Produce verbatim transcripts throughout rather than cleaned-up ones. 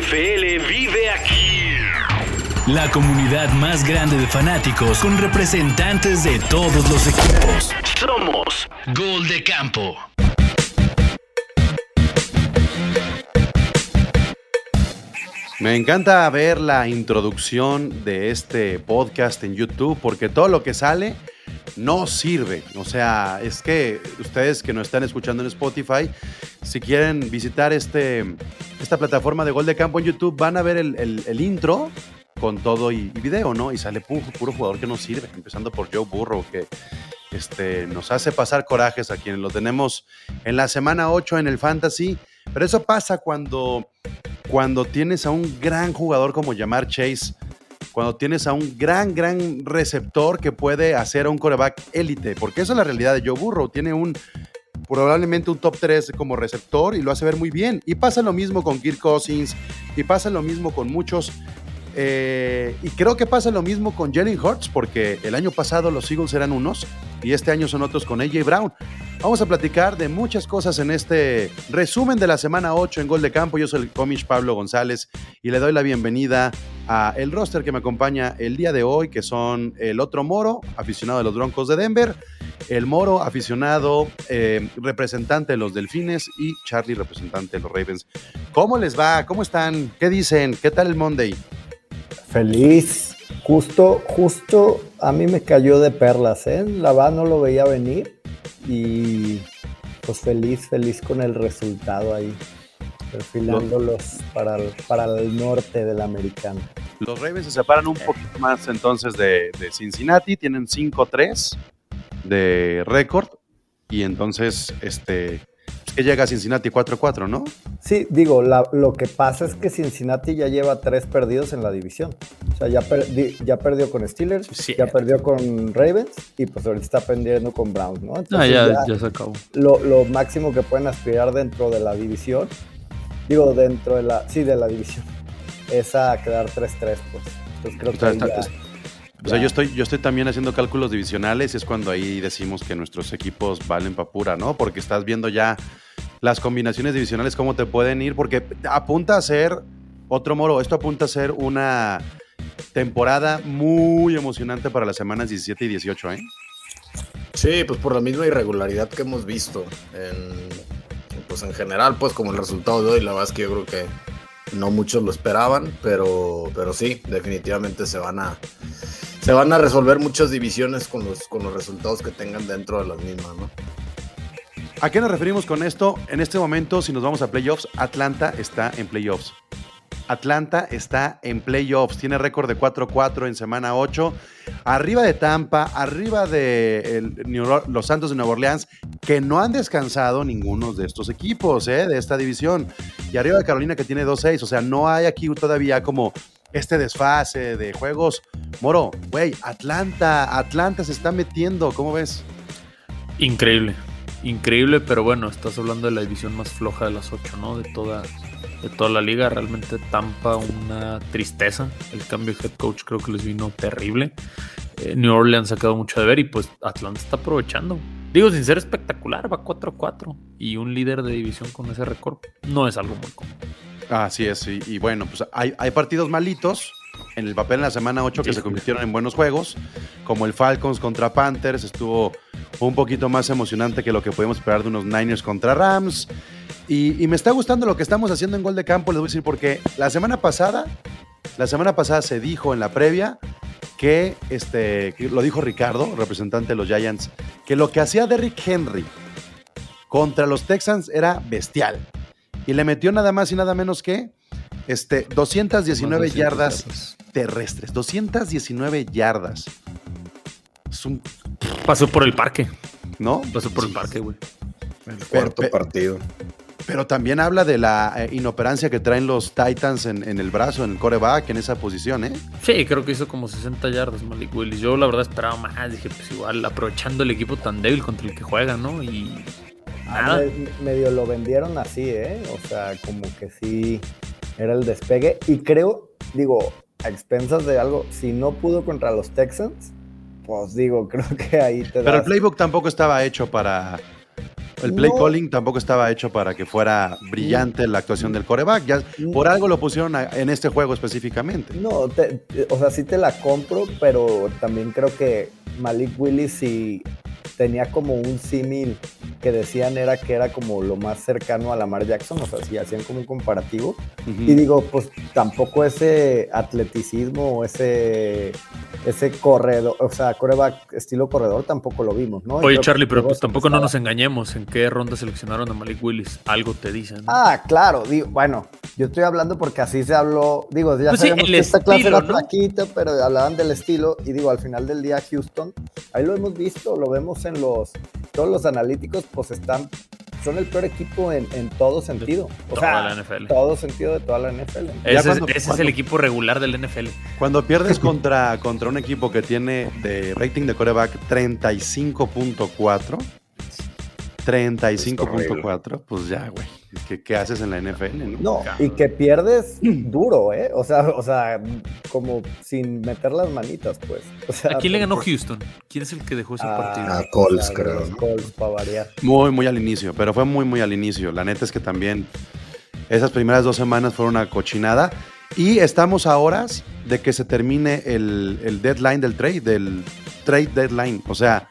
F L vive aquí. La comunidad más grande de fanáticos con representantes de todos los equipos. Somos Gol de Campo. Me encanta ver la introducción de este podcast en YouTube porque todo lo que sale no sirve. O sea, es que ustedes que nos están escuchando en Spotify, si quieren visitar este, esta plataforma de Gol de Campo en YouTube, van a ver el, el, el intro con todo y, y video, ¿no? Y sale puro, puro jugador que no sirve, empezando por Joe Burrow, que este, nos hace pasar corajes a quienes lo tenemos en la semana ocho en el Fantasy. Pero eso pasa cuando, cuando tienes a un gran jugador como Ja'Marr Chase, cuando tienes a un gran, gran receptor que puede hacer a un quarterback élite, porque esa es la realidad de Joe Burrow. Tiene un, probablemente un top tres como receptor y lo hace ver muy bien. Y pasa lo mismo con Kirk Cousins, y pasa lo mismo con muchos. Eh, y creo que pasa lo mismo con Jalen Hurts, porque el año pasado los Eagles eran unos y este año son otros con A J Brown. Vamos a platicar de muchas cosas en este resumen de la semana ocho en Gol de Campo. Yo soy el comish Pablo González y le doy la bienvenida a el roster que me acompaña el día de hoy, que son el otro Moro, aficionado de los Broncos de Denver, el Moro, aficionado, eh, representante de los Delfines, y Charlie, representante de los Ravens. ¿Cómo les va? ¿Cómo están? ¿Qué dicen? ¿Qué tal el Monday? Feliz, justo, justo a mí me cayó de perlas, ¿eh? La verdad no lo veía venir y pues feliz, feliz con el resultado ahí, perfilándolos para el, para el norte de la americana. Los Ravens se separan un poquito más entonces de, de Cincinnati, tienen cinco tres de récord y entonces este... que llega a Cincinnati cuatro cuatro, ¿no? Sí, digo, la, lo que pasa es que Cincinnati ya lleva tres perdidos en la división. O sea, ya, perdi, ya perdió con Steelers, sí. ya perdió con Ravens y pues ahorita está perdiendo con Browns, ¿no? Entonces, ah, ya, ya, ya se acabó. Lo, lo máximo que pueden aspirar dentro de la división, digo, dentro de la, sí, de la división, es a quedar tres tres, pues. Entonces creo que está, ya... está, O sea, yo estoy, yo estoy también haciendo cálculos divisionales y es cuando ahí decimos que nuestros equipos valen pa' pura, ¿no? Porque estás viendo ya las combinaciones divisionales, cómo te pueden ir, porque apunta a ser, otro Moro, esto apunta a ser una temporada muy emocionante para las semanas diecisiete y dieciocho, ¿eh? Sí, pues por la misma irregularidad que hemos visto en, pues en general, pues como el resultado de hoy, la verdad es que yo creo que no muchos lo esperaban, pero, pero sí, definitivamente se van a se van a resolver muchas divisiones con los, con los resultados que tengan dentro de las mismas, ¿no? ¿A qué nos referimos con esto? En este momento, si nos vamos a playoffs, Atlanta está en playoffs. Atlanta está en playoffs, tiene récord de cuatro cuatro en semana ocho, arriba de Tampa, arriba de el, los Santos de Nueva Orleans, que no han descansado ninguno de estos equipos, ¿eh? De esta división, y arriba de Carolina, que tiene dos seis, o sea, no hay aquí todavía como este desfase de juegos. Moro, güey, Atlanta, Atlanta se está metiendo, ¿cómo ves? Increíble, increíble, pero bueno, estás hablando de la división más floja de las ocho, ¿no? De toda... de toda la liga. Realmente Tampa una tristeza, el cambio de head coach creo que les vino terrible. eh, New Orleans ha quedado mucho de ver y pues Atlanta está aprovechando, digo sin ser espectacular, va cuatro cuatro y un líder de división con ese récord no es algo muy común. Así es, y, y bueno, pues hay, hay partidos malitos en el papel en la semana ocho que sí, se convirtieron en buenos juegos, como el Falcons contra Panthers, estuvo un poquito más emocionante que lo que podíamos esperar de unos Niners contra Rams. Y, y me está gustando lo que estamos haciendo en Gol de Campo, les voy a decir porque la semana pasada, la semana pasada se dijo en la previa que, este, que lo dijo Ricardo, representante de los Giants, que lo que hacía Derrick Henry contra los Texans era bestial. Y le metió nada más y nada menos que este, doscientas diecinueve yardas yardas terrestres. doscientas diecinueve yardas. Es un... Pasó por el parque. ¿No? Pasó por sí, el parque, güey. El cuarto pero, partido. Pero también habla de la eh, inoperancia que traen los Titans en, en el brazo, en el quarterback, en esa posición, ¿eh? Sí, creo que hizo como sesenta yardas Malik Willis. Yo la verdad esperaba más. Dije, pues igual, aprovechando el equipo tan débil contra el que juega, ¿no? Y nada. Me, medio lo vendieron así, ¿eh? O sea, como que sí era el despegue. Y creo, digo, a expensas de algo, si no pudo contra los Texans, pues digo, creo que ahí te das... Pero el playbook tampoco estaba hecho para... El play No. calling tampoco estaba hecho para que fuera brillante la actuación del quarterback. Ya, por algo lo pusieron a- en este juego específicamente. No, te- te- o sea, sí te la compro, pero también creo que Malik Willis sí tenía como un símil que decían era que era como lo más cercano a Lamar Jackson, o sea, sí hacían como un comparativo. Ujú. Y digo, pues tampoco ese atleticismo o ese, ese corredor, o sea, quarterback estilo corredor tampoco lo vimos, ¿no? Y Oye, creo que Charlie, pero luego pues se tampoco no estaba- nos engañemos. ¿En qué ronda seleccionaron a Malik Willis? Algo te dicen, ¿no? Ah, claro, digo, bueno, yo estoy hablando porque así se habló, digo, ya Pues sí, sabemos el que esta clase estilo, era ¿no? flaquita, pero hablaban del estilo, y digo, al final del día Houston, ahí lo hemos visto, lo vemos en los, todos los analíticos, pues están, son el peor equipo en, en todo sentido, o Toda sea, la N F L. todo sentido de toda la N F L. Ya Ese, cuando- es, ese cuando- es el equipo regular del N F L. Cuando pierdes contra, contra un equipo que tiene de rating de quarterback treinta y cinco punto cuatro, treinta y cinco punto cuatro, pues ya, güey. ¿Qué, ¿Qué haces en la N F L? No, No, y que pierdes duro, ¿eh? O sea, o sea, como sin meter las manitas, pues. O sea, ¿A quién le ganó porque- Houston? ¿Quién es el que dejó ese Ah, partido? A Colts, a creo, los ¿no? Colts, para variar. Muy, muy al inicio, pero fue muy, muy al inicio. La neta es que también esas primeras dos semanas fueron una cochinada y estamos a horas de que se termine el, el deadline del trade, del trade deadline. O sea,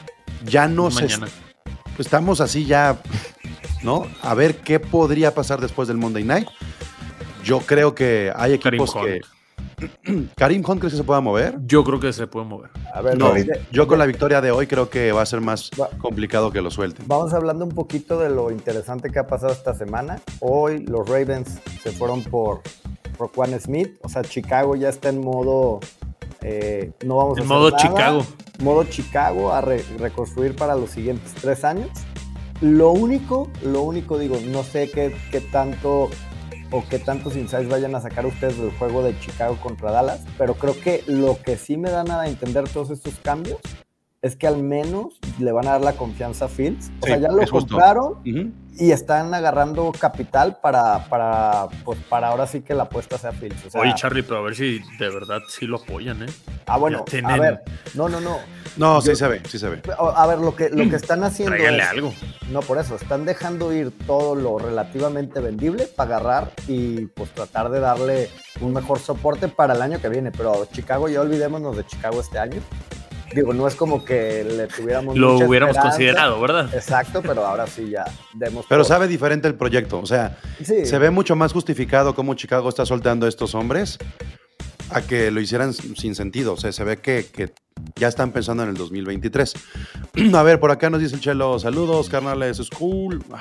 ya no se... Mañana. Estamos así ya, ¿no? A ver qué podría pasar después del Monday Night. Yo creo que hay Karim equipos que... Hunt. ¿Karim Hunt crees que se pueda mover? Yo creo que se puede mover. A ver, No, de- yo con la victoria de hoy creo que va a ser más Va- complicado que lo suelten. Vamos hablando un poquito de lo interesante que ha pasado esta semana. Hoy los Ravens se fueron por Roquan Smith, o sea, Chicago ya está en modo eh, no vamos a En hacer modo nada. Chicago. Modo Chicago a re- reconstruir para los siguientes tres años. Lo único, lo único digo, no sé qué, qué tanto o qué tantos insights vayan a sacar ustedes del juego de Chicago contra Dallas, pero creo que lo que sí me dan a entender todos estos cambios es que al menos le van a dar la confianza a Fields. O Sí, sea, ya lo es justo. compraron Ujú. y están agarrando capital para, para, pues, para ahora sí que la apuesta sea Fields. O sea, Oye, Charlie, pero a ver si de verdad sí lo apoyan, ¿eh? ah, bueno, ya tienen- a ver, no, no, no. No, sí Yo- se ve, sí se ve. A ver, lo que, lo que están haciendo Tráiganle es- algo. No, por eso, están dejando ir todo lo relativamente vendible para agarrar y pues tratar de darle un mejor soporte para el año que viene. Pero Chicago, ya olvidémonos de Chicago este año. Digo, no es como que le tuviéramos Lo mucha hubiéramos esperanza. considerado, ¿verdad? Exacto, pero ahora sí ya demos. Pero todo. sabe diferente el proyecto. O sea, Sí. se ve mucho más justificado cómo Chicago está soltando a estos hombres a que lo hicieran sin sentido. O sea, se ve que, que ya están pensando en el dos mil veintitrés. A ver, por acá nos dice el Chelo, saludos, carnales, es cool. Ah.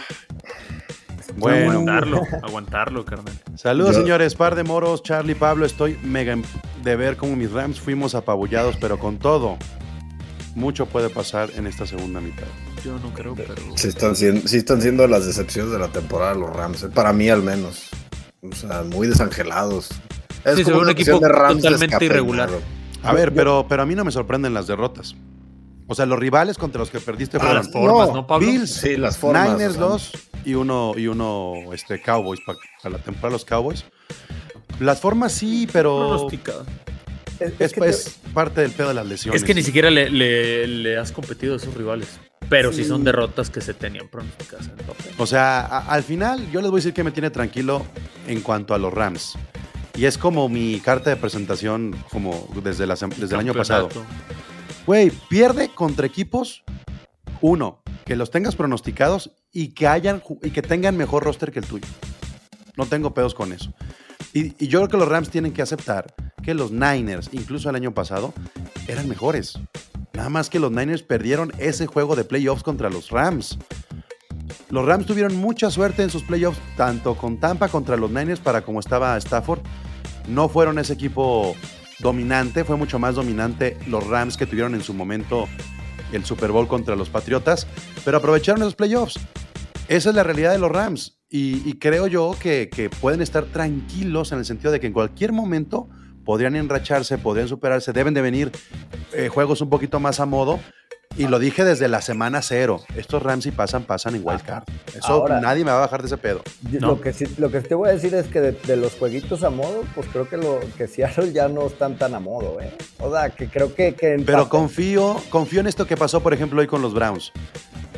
Bueno, Aguantarlo, aguantarlo, carnal. saludos Yo- señores, par de moros, Charlie, Pablo, estoy mega em- de ver cómo mis Rams fuimos apabullados, pero con todo, mucho puede pasar en esta segunda mitad. Yo no creo, pero. Sí están, siendo, sí están siendo las decepciones de la temporada los Rams, eh, para mí al menos. O sea, muy desangelados. Es Sí, se como ve un una equipo cuestión de Rams totalmente descafeinado. irregular. A ver, pero, pero a mí no me sorprenden las derrotas. O sea, los rivales contra los que perdiste Ah, fueron las formas, No, ¿no, Pablo? Bills, Sí, las formas. Niners o sea, dos y uno, y uno este, Cowboys, para la temporada de los Cowboys. Las formas sí, pero Pronosticado. Es, es es, que te- es parte del pedo de las lesiones. Es que ni siquiera le, le- le has competido a esos rivales. Pero sí. Sí. son derrotas que se tenían pronosticadas en el papel. O sea, a- al final yo les voy a decir que me tiene tranquilo en cuanto a los Rams. Y es como mi carta de presentación como desde, la sem- desde el año pasado. Campeonato. Güey, pierde contra equipos, uno, que los tengas pronosticados y que hayan ju- y que tengan mejor roster que el tuyo. No tengo pedos con eso. Y, y yo creo que los Rams tienen que aceptar que los Niners, incluso el año pasado, eran mejores. Nada más que los Niners perdieron ese juego de playoffs contra los Rams. Los Rams tuvieron mucha suerte en sus playoffs, tanto con Tampa contra los Niners para como estaba Stafford. No fueron ese equipo dominante, fue mucho más dominante los Rams que tuvieron en su momento el Super Bowl contra los Patriotas, pero aprovecharon esos playoffs. Esa es la realidad de los Rams y, y creo yo que, que pueden estar tranquilos en el sentido de que en cualquier momento podrían enracharse, podrían superarse, deben de venir eh, juegos un poquito más a modo. Y lo dije desde la semana cero. Estos Rams si pasan, pasan en wild card. Eso Ahora- nadie me va a bajar de ese pedo. Yo- No. Lo, que sí, lo que te voy a decir es que de, de los jueguitos a modo, pues creo que, lo, que Seattle ya no están tan a modo, ¿eh? O sea, que creo que... que en Pero papel- confío, confío en esto que pasó, por ejemplo, hoy con los Browns.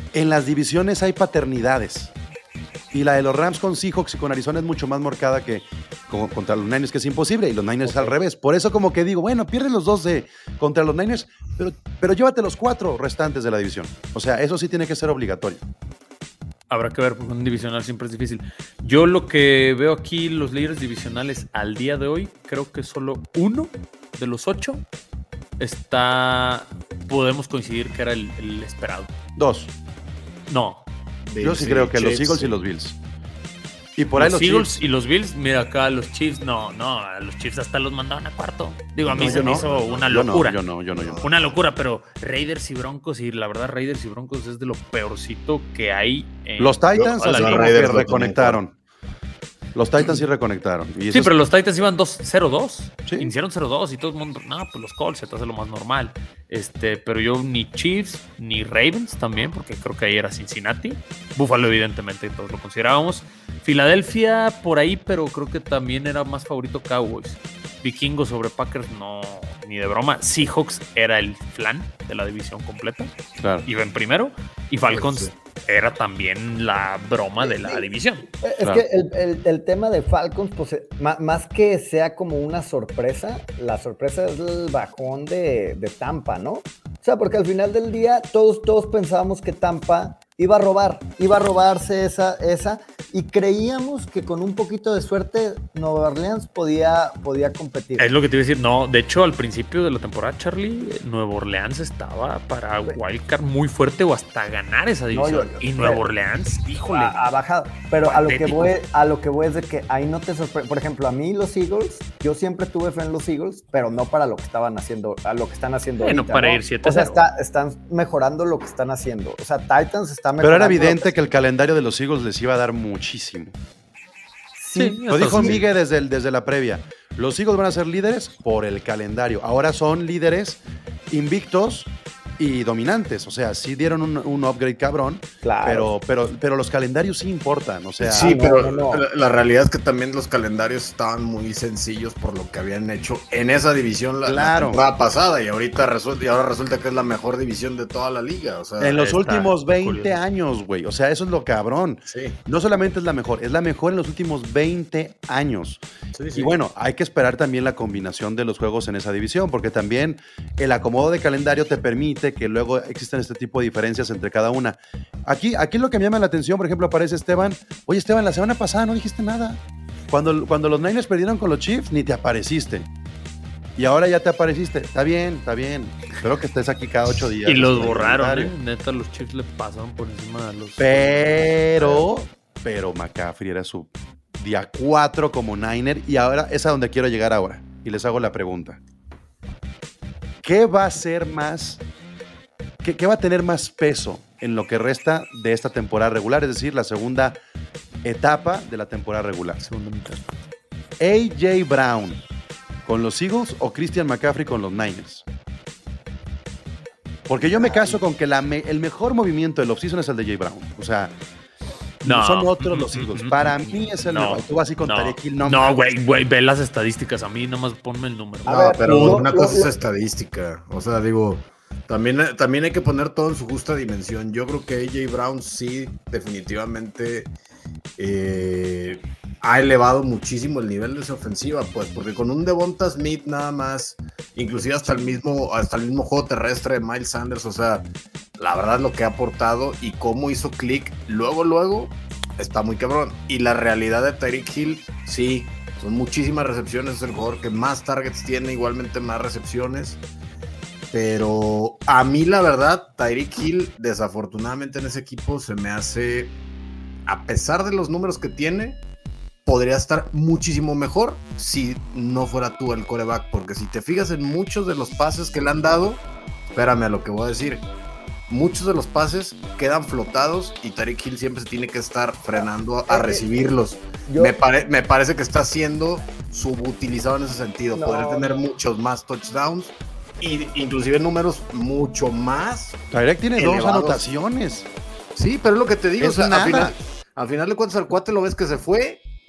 en las divisiones hay paternidades. Y la de los Rams con Seahawks y con Arizona es mucho más marcada que como contra los Niners, que es imposible, y los Niners okay. al revés. Por eso como que digo, bueno, pierden los dos de, contra los Niners, pero, pero llévate los cuatro restantes de la división. O sea, eso sí tiene que ser obligatorio. Habrá que ver, porque un divisional siempre es difícil. Yo lo que veo aquí, los líderes divisionales al día de hoy, creo que solo uno de los ocho está, podemos coincidir que era el, el esperado. Dos. No. Bills, Yo sí creo que Chiefs, los Eagles sí. y los Bills. Y por los ahí los Eagles Chiefs. y los Bills, mira acá los Chiefs, no, no, a los Chiefs hasta los mandaban a cuarto. Digo, a mí no, se me no. hizo una yo locura. No, yo no, yo no, yo no. Una locura, pero Raiders y Broncos, y la verdad Raiders y Broncos es de lo peorcito que hay. En los Titans así como que reconectaron. Los Titans sí reconectaron. Y sí, pero los Titans iban cero dos. ¿Sí? Iniciaron cero dos y todo el mundo, no, pues los Colts, entonces lo más normal. Este, pero yo ni Chiefs, ni Ravens también, porque creo que ahí era Cincinnati. Buffalo, evidentemente, todos lo considerábamos. Filadelfia por ahí, pero creo que también era más favorito Cowboys. Vikingos sobre Packers, no, ni de broma. Seahawks era el flan de la división completa. Claro. Iba en primero. Y Falcons sí. era también la broma de la división. Es claro. que el, el, el tema de Falcons, pues, más, más que sea como una sorpresa, la sorpresa es el bajón de, de Tampa, ¿no? O sea, porque al final del día todos, todos pensábamos que Tampa iba a robar, iba a robarse esa, esa, y creíamos que con un poquito de suerte Nueva Orleans podía, podía competir. Es lo que te iba a decir, no, de hecho al principio de la temporada, Charlie, Nueva Orleans estaba para wildcard muy fuerte o hasta ganar esa división, no, yo, yo, y Nueva pero, Orleans, híjole. Ha, ha bajado, pero a lo, que voy, a lo que voy es de que ahí no te sorprende, por ejemplo, a mí los Eagles, yo siempre tuve fe en los Eagles, pero no para lo que estaban haciendo, a lo que están haciendo bueno, ahorita, para ¿no? ir siete cero. O sea, está, están mejorando lo que están haciendo, o sea, Titans está Pero era evidente que el calendario de los Eagles les iba a dar muchísimo. Sí, lo dijo Miguel desde, el, desde la previa. Los Eagles van a ser líderes por el calendario. Ahora son líderes invictos y dominantes. O sea, sí dieron un, un upgrade cabrón, claro. pero, pero, pero los calendarios sí importan. O sea, sí, no, pero no, no. La, la realidad es que también los calendarios estaban muy sencillos por lo que habían hecho en esa división la, claro. la temporada pasada, y ahorita resulta, y ahora resulta que es la mejor división de toda la liga. O sea, en los últimos veinte curioso. años, güey. O sea, eso es lo cabrón. Sí. No solamente es la mejor, es la mejor en los últimos veinte años. Sí, sí. Y bueno, hay que esperar también la combinación de los juegos en esa división, porque también el acomodo de calendario te permite que luego existan este tipo de diferencias entre cada una. Aquí, aquí lo que me llama la atención, por ejemplo, aparece Esteban. Oye, Esteban, la semana pasada no dijiste nada. Cuando, cuando los Niners perdieron con los Chiefs, ni te apareciste. Y ahora ya te apareciste. Está bien, está bien. Espero que estés aquí cada ocho días. Y los borraron, ¿eh? Neta, los Chiefs le pasaron por encima de los... Pero, pero McCaffrey era su día cuatro como Niner, y ahora es a donde quiero llegar ahora. Y les hago la pregunta. ¿Qué va a ser más... ¿Qué, ¿Qué va a tener más peso en lo que resta de esta temporada regular? Es decir, la segunda etapa de la temporada regular. Segunda mitad. A J Brown con los Eagles o Christian McCaffrey con los Niners. Porque yo me caso con que la me, el mejor movimiento del offseason es el de J Brown. O sea, no son otros los Eagles. Para mí es el no, mejor. Tú vas y con no, Tyreek Hill. No, no, güey, güey, ve las estadísticas. A mí nomás ponme el número. No, ver, pero lo, una cosa lo, es estadística. O sea, digo... También, también hay que poner todo en su justa dimensión. Yo creo que A J Brown sí, definitivamente eh, ha elevado muchísimo el nivel de su ofensiva, pues, porque con un Devonta Smith nada más, inclusive hasta el mismo, hasta el mismo juego terrestre de Miles Sanders, o sea, la verdad lo que ha aportado y cómo hizo click luego, luego, está muy cabrón. Y la realidad de Tyreek Hill, sí, son muchísimas recepciones, es el jugador que más targets tiene, igualmente más recepciones. Pero a mí la verdad, Tyreek Hill desafortunadamente en ese equipo se me hace, a pesar de los números que tiene, podría estar muchísimo mejor si no fuera tú el quarterback, porque si te fijas en muchos de los pases que le han dado, espérame a lo que voy a decir, muchos de los pases quedan flotados y Tyreek Hill siempre se tiene que estar frenando a, a recibirlos. Yo, me, pare, me parece que está siendo subutilizado en ese sentido, no, podría tener no. muchos más touchdowns, y inclusive números mucho más. Tyreek tiene elevados. Dos anotaciones. Sí, pero es lo que te digo. O sea, al, final, al final de cuentas al cuate lo ves que se fue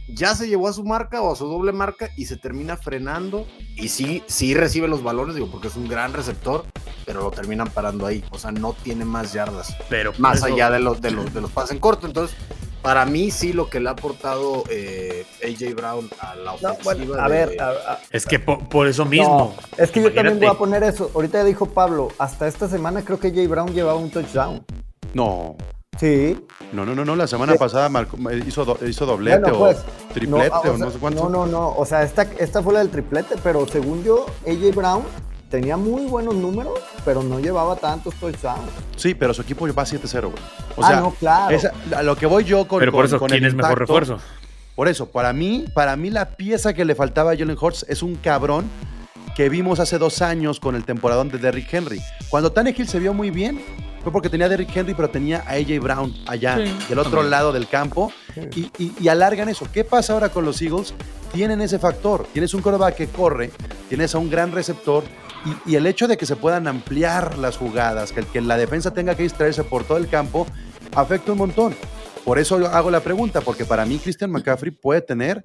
ya se llevó a su marca o a su doble marca y se termina frenando y sí, sí recibe los balones, digo, porque es un gran receptor, pero lo terminan parando ahí, o sea, no tiene más yardas, pero más eso... allá de los, de, los, de los pases en corto. Entonces, para mí sí lo que le ha aportado eh, A J Brown a la ofensiva. No, bueno, a de... ver, a, a, es que por, por eso mismo. No, es que yo imagínate. también voy a poner eso. Ahorita ya dijo Pablo, hasta esta semana creo que A J Brown llevaba un touchdown. No. Sí. No, no, no, no. La semana Sí. pasada marcó- hizo, do- hizo doblete Bueno, o pues, triplete no, ah, o o no sea, sé cuánto. No, no, no. O sea, esta, esta fue la del triplete, pero según yo, A J Brown tenía muy buenos números, pero no llevaba tantos touchdowns. Sí, pero su equipo va siete cero, güey. O Ah, sea, no, claro. esa- a lo que voy yo con, Pero por con- eso, con ¿quién el es mejor impacto- refuerzo? Por eso, para mí, para mí la pieza que le faltaba a Jalen Hurts es un cabrón que vimos hace dos años con el temporadón de Derrick Henry. Cuando Tannehill se vio muy bien, fue porque tenía a Derrick Henry, pero tenía a A J Brown allá, Sí, del otro también. lado del campo, y, y- y alargan eso. ¿Qué pasa ahora con los Eagles? Tienen ese factor. Tienes un quarterback que corre, tienes a un gran receptor, y, y el hecho de que se puedan ampliar las jugadas, que, el- que la defensa tenga que distraerse por todo el campo, afecta un montón. Por eso yo hago la pregunta, porque para mí Christian McCaffrey puede tener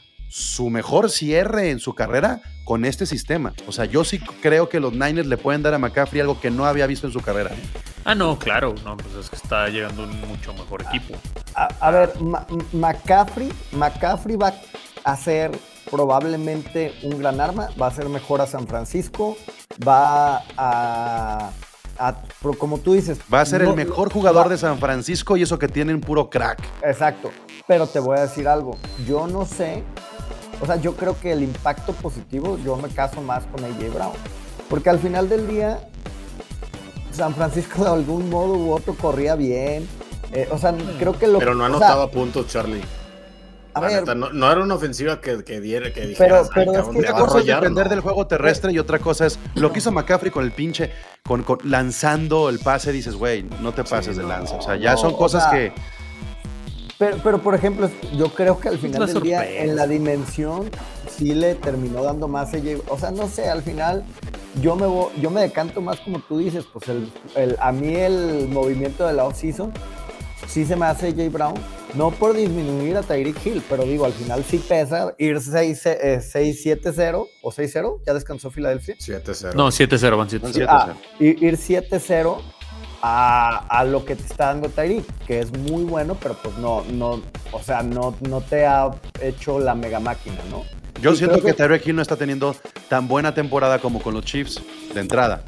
su mejor cierre en su carrera con este sistema. O sea, yo sí creo que los Niners le pueden dar a McCaffrey algo que no había visto en su carrera. Ah, no, claro, no, pues es que está llegando un mucho mejor equipo. A, a ver, Ma- McCaffrey, McCaffrey va a ser probablemente un gran arma, va a ser mejor a San Francisco, va a, a- pero como tú dices... Va a ser no- el mejor jugador va- de San Francisco y eso que tienen puro crack. Exacto, pero te voy a decir algo, yo no sé, o sea, yo creo que el impacto positivo, yo me caso más con A J Brown, porque al final del día, San Francisco de algún modo u otro corría bien, eh, o sea, creo que lo... Pero no o sea, anotaba puntos, Charlie. a La ver, neta, no, no era una ofensiva que, que diera, que Pero- dijeras, pero "Ay, es cabrón, que te Una va a cosa es arrollar", depender no. del juego terrestre y otra cosa es lo que hizo McCaffrey con el pinche, con, con- lanzando el pase, dices, güey, no te pases de no, lanza. O sea, ya no, son o cosas sea, que... Pero, pero, por ejemplo, yo creo que al final una del día, sorpresa. en la dimensión, sí le terminó dando más a J- O sea, no sé, al final yo me voy- yo me decanto más como tú dices, pues el, el- a mí el movimiento de la off-season sí se me hace J. Brown, no por disminuir a Tyreek Hill, pero digo, al final sí pesa ir seis siete cero o seis cero, ¿ya descansó Filadelfia? siete cero. No, siete cero, van siete cero. Siete Ah, cero. ir ir siete cero a, a lo que te está dando Tyreek, que es muy bueno, pero pues no, no, o sea, no, no te ha hecho la mega máquina, ¿no? Yo Y siento creo que Tyreek Hill no está teniendo tan buena temporada como con los Chiefs de entrada.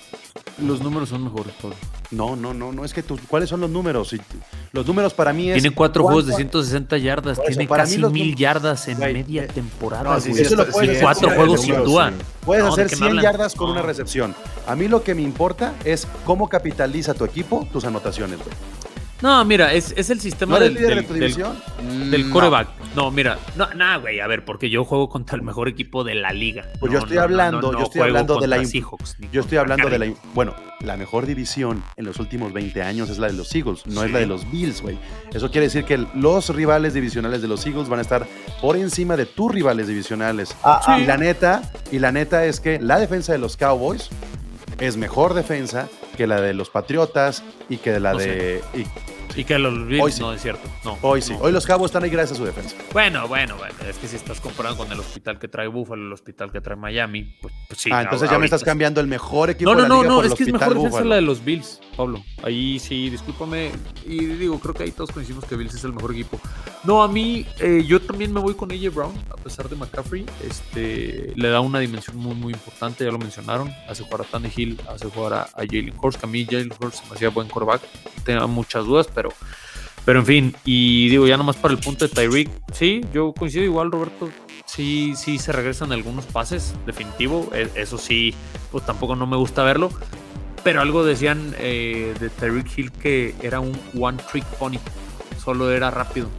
Los números son mejores, Pablo. No, no, no, no, es que tú, ¿cuáles son los números? Y- Los números para mí es... Tiene cuatro ¿cuánto- juegos de ciento sesenta yardas, Por eso, tiene para mí casi los mil num- yardas en Güey, media eh, temporada, No, sí, güey. sí, Eso lo está- puedes sí, hacer Cuatro sí, juegos sí, sin sí. Tua. Puedes No, ¿de hacer qué me cien hablan? yardas con No. una recepción. A mí lo que me importa es cómo capitaliza tu equipo tus anotaciones, güey. No, mira, es, es el sistema ¿No eres del, líder del, de tu del- división? del No. quarterback. No, mira, no, nada, güey, a ver, porque yo juego contra el mejor equipo de la liga. Pues No, yo estoy no, no, hablando, no, no yo estoy juego hablando de la contra im- Seahawks, ni Yo estoy contra hablando de la... Cardinals. Bueno, la mejor división en los últimos veinte años es la de los Eagles, no es Sí. la de los Bills, güey. Eso quiere decir que el- los rivales divisionales de los Eagles van a estar por encima de tus rivales divisionales. Ah, ah, Y la neta, y la neta es que la defensa de los Cowboys es mejor defensa que la de los Patriotas y que la No de... y- Y que los Bills, Hoy sí. no es cierto. No, hoy sí, no. hoy los Cowboys están ahí gracias a su defensa. Bueno, bueno, bueno, es que si estás comparando con el hospital que trae Buffalo, el hospital que trae Miami, pues, pues sí. ah, entonces ahora- ya me estás ahorita- cambiando el mejor equipo No, de no, la no, liga no, por es el que es Hospital mejor defensa Buffalo. la de los Bills, Pablo. Ahí sí, discúlpame. Y digo, creo que ahí todos coincidimos que Bills es el mejor equipo. No, a mí, eh, yo también me voy con A J Brown, a pesar de McCaffrey. Este, le da una dimensión muy, muy importante, ya lo mencionaron. Hace jugar a Tannehill, hace jugar a, a Jalen Hurts, que a mí Jalen Hurts me hacía buen quarterback. Tenía muchas dudas, pero... Pero en fin, y digo, ya nomás para el punto de Tyreek, sí, yo coincido igual, Roberto, sí, sí se regresan algunos pases, definitivo, e- eso sí, pues tampoco no me gusta verlo, pero algo decían eh, de Tyreek Hill que era un one trick pony, solo era rápido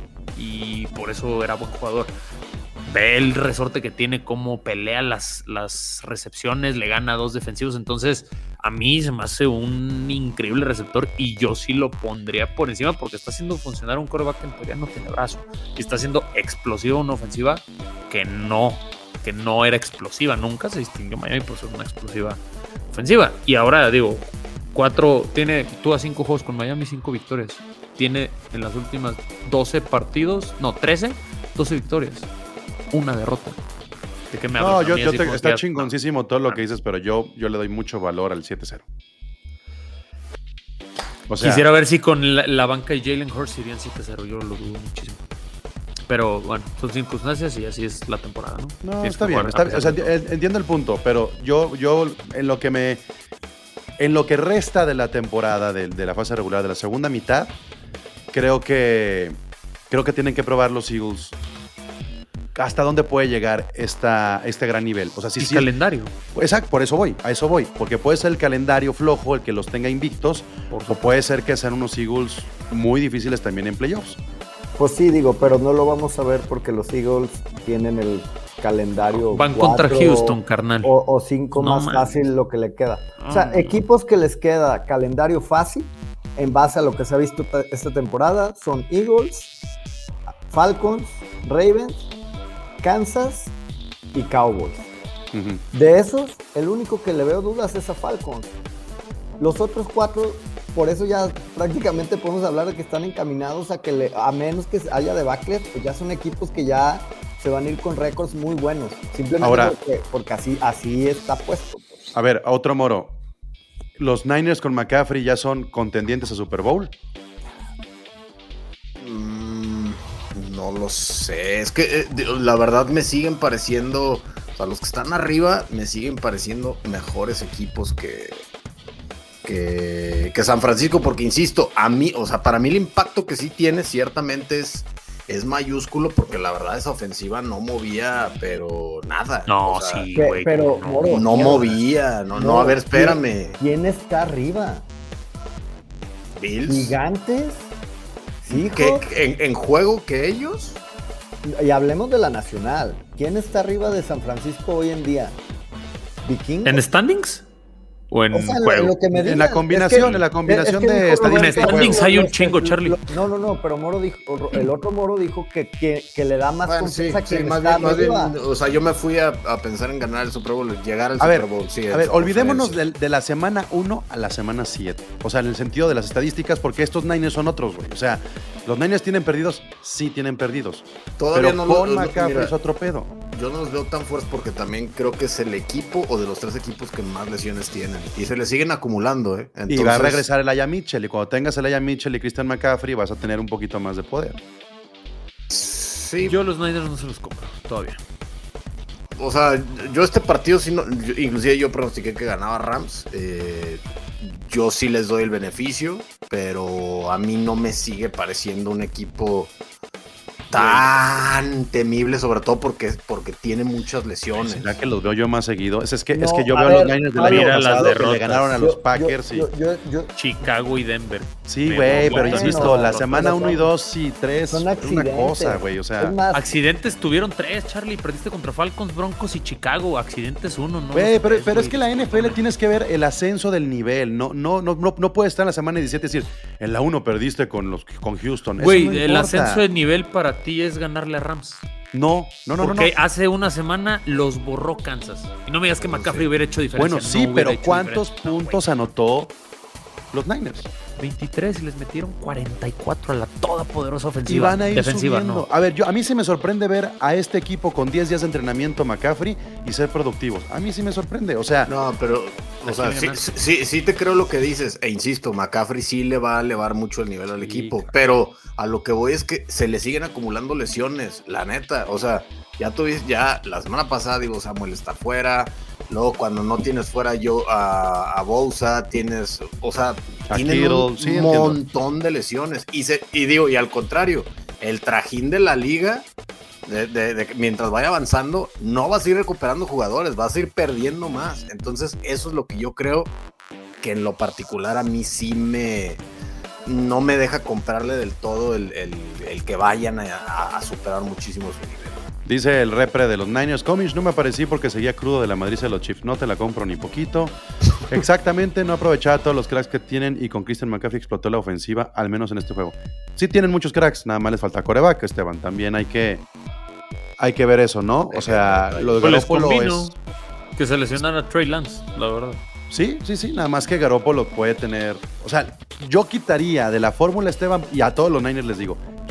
y por eso era buen jugador. Ve el resorte que tiene, cómo pelea las, las recepciones, le gana a dos defensivos, entonces a mí se me hace un increíble receptor y yo sí lo pondría por encima porque está haciendo funcionar un quarterback que en teoría no tiene brazo y está haciendo explosiva una ofensiva que no, que no era explosiva, nunca se distinguió Miami por ser una explosiva ofensiva y ahora digo, cuatro, tiene tú a cinco juegos con Miami, cinco victorias, tiene en las últimas doce partidos, no, trece, doce victorias, una derrota. ¿De qué me No, hablas? yo, A mí yo así te- como está que ya- chingoncísimo todo lo que dices, pero yo, yo le doy mucho valor al siete cero. O sea, Quisiera ver si con la, la banca y Jalen Hurts irían siete cero. Yo lo dudo muchísimo. Pero bueno, son circunstancias y así es la temporada, ¿no? no, Tienes está que bien. jugar Está, a pesar o sea, de todo. enti- entiendo el punto, pero yo, yo en lo que me. En lo que resta de la temporada, de, de la fase regular, de la segunda mitad, creo que. Creo que tienen que probar los Eagles. ¿Hasta dónde puede llegar esta, este gran nivel? O sea, si Y sí. calendario. Exacto, por eso voy, a eso voy. Porque puede ser el calendario flojo el que los tenga invictos, Por o puede ser que sean unos Eagles muy difíciles también en playoffs. Pues sí, digo, pero no lo vamos a ver porque los Eagles tienen el calendario. Van contra cuatro Houston, carnal. O, o cinco No más man. fácil lo que le queda. O sea, Ah. equipos que les queda calendario fácil, en base a lo que se ha visto ta- esta temporada, son Eagles, Falcons, Ravens, Kansas y Cowboys. Ujú. De esos, el único que le veo dudas es a Falcons. Los otros cuatro, por eso ya prácticamente podemos hablar de que están encaminados a que, le, a menos que haya debacles, pues ya son equipos que ya se van a ir con récords muy buenos. Simplemente Ahora- porque, porque así, así está puesto. A ver, a otro moro. ¿Los Niners con McCaffrey ya son contendientes a Super Bowl? Mm, no lo sé. Es que eh, de- la verdad me siguen pareciendo. O sea, los que están arriba me siguen pareciendo mejores equipos que. Que, que San Francisco, porque insisto, a mí, o sea, para mí el impacto que sí tiene ciertamente es, es mayúsculo, porque la verdad esa ofensiva no movía, pero nada. No, O sea, sí, Pe- güey. pero, no. Moro, No mierda. movía, no, no, a ver, espérame. ¿Quién, quién está arriba? Bills. ¿Gigantes? ¿Sí, ¿Qué- en, en juego que ellos? Y hablemos de la nacional. ¿Quién está arriba de San Francisco hoy en día? ¿Vikingos? ¿En standings? ¿O en O sea, lo- juego? lo que me En digan, la combinación, es que- en la combinación es que de dijo estadística Roberto, En standings lo- hay un lo- chingo, lo- Charlie. No, no, no, pero Moro dijo, el otro Moro dijo que, que, que le da más Bueno, sí, confianza sí, que más está bien, más bien, arriba. o sea, yo me fui a, a pensar en ganar el Super Bowl, llegar al A Super ver, Bowl. Sí, a en ver, su olvidémonos de, conferencia. de la semana uno a la semana siete. O sea, en el sentido de las estadísticas, porque estos Niners son otros, güey. O sea, los Niners tienen perdidos, sí tienen perdidos. Todavía pero no lo- con no- McCaffrey mira, es otro pedo. Yo no los veo tan fuertes porque también creo que es el equipo o de los tres equipos que más lesiones tienen. Y se le siguen acumulando, ¿eh? Y va a Entonces, regresar el Aya Mitchell. Y cuando tengas el Aya Mitchell y Christian McCaffrey, vas a tener un poquito más de poder. Sí, Yo los Niners no se los compro todavía. o sea, yo este partido, sí no, yo- inclusive yo pronostiqué que ganaba Rams. eh, yo sí les doy el beneficio, pero a mí no me sigue pareciendo un equipo tan temible, sobre todo porque, porque tiene muchas lesiones. ¿Será que los veo yo más seguido? Es, es que, es No, que yo a veo ver, a los Niners del Mario, año mira las pasado que le derrotas. ganaron a Yo- los yo- Packers. y- yo- yo- yo- Chicago y Denver. Sí, Me güey, mamó. pero Bueno, insisto, la pero semana son- uno y dos y tres son una accidentes. cosa, güey. O sea, Es más, Accidentes tuvieron tres, Charlie. Perdiste contra Falcons, Broncos y Chicago. Accidentes uno, ¿no? güey, pero, Tres, pero es güey. que la N F L tienes que ver el ascenso del nivel. No, no, no, no, no puede estar en la semana diecisiete y decir, en la uno perdiste con los con Houston. Eso Güey, no el importa. ascenso de nivel para ti es ganarle a Rams. No, no, no, no. Porque no. hace una semana los borró Kansas. Y no me digas que McCaffrey hubiera hecho diferencia. Bueno, no sí, hubiera pero hecho ¿cuántos diferencia. No, puntos anotó los Niners? güey. veintitrés y les metieron cuarenta y cuatro a la todopoderosa ofensiva. Y van a ir Defensiva, subiendo. no. A ver, yo, a mí sí me sorprende ver a este equipo con diez días de entrenamiento McCaffrey y ser productivos. A mí sí me sorprende. O sea, No, pero, o ¿A sea, quién sí, le sí, sí, sí te creo lo que dices, e insisto, McCaffrey sí le va a elevar mucho el nivel al Sí, equipo, claro. pero a lo que voy es que se le siguen acumulando lesiones, la neta, o sea, ya tuviste, ya la semana pasada, digo, Samuel está fuera, luego cuando no tienes fuera yo a, a Bosa, tienes, o sea, A tienen Kittle, un sí, entiendo. montón de lesiones, y, se, y digo, y al contrario, el trajín de la liga, de, de, de, mientras vaya avanzando, no vas a ir recuperando jugadores, vas a ir perdiendo más. Entonces, eso es lo que yo creo que en lo particular a mí sí me no me deja comprarle del todo el, el, el que vayan a, a, a superar muchísimo su nivel. dice el repre de los Niners, Comish, no me aparecí porque seguía crudo de la madriz de los Chiefs. No te la compro ni poquito. Exactamente, no aprovechaba todos los cracks que tienen y con Christian McCaffrey explotó la ofensiva, al menos en este juego. Sí tienen muchos cracks, nada más les falta coreback, Esteban. También hay que hay que ver eso, ¿no? O sea, lo de Pues les Garoppolo convino es... que se lesionara a Trey Lance, la verdad. Sí, sí, sí, nada más que Garoppolo puede tener... O sea, yo quitaría de la fórmula, Esteban, y a todos los Niners les digo,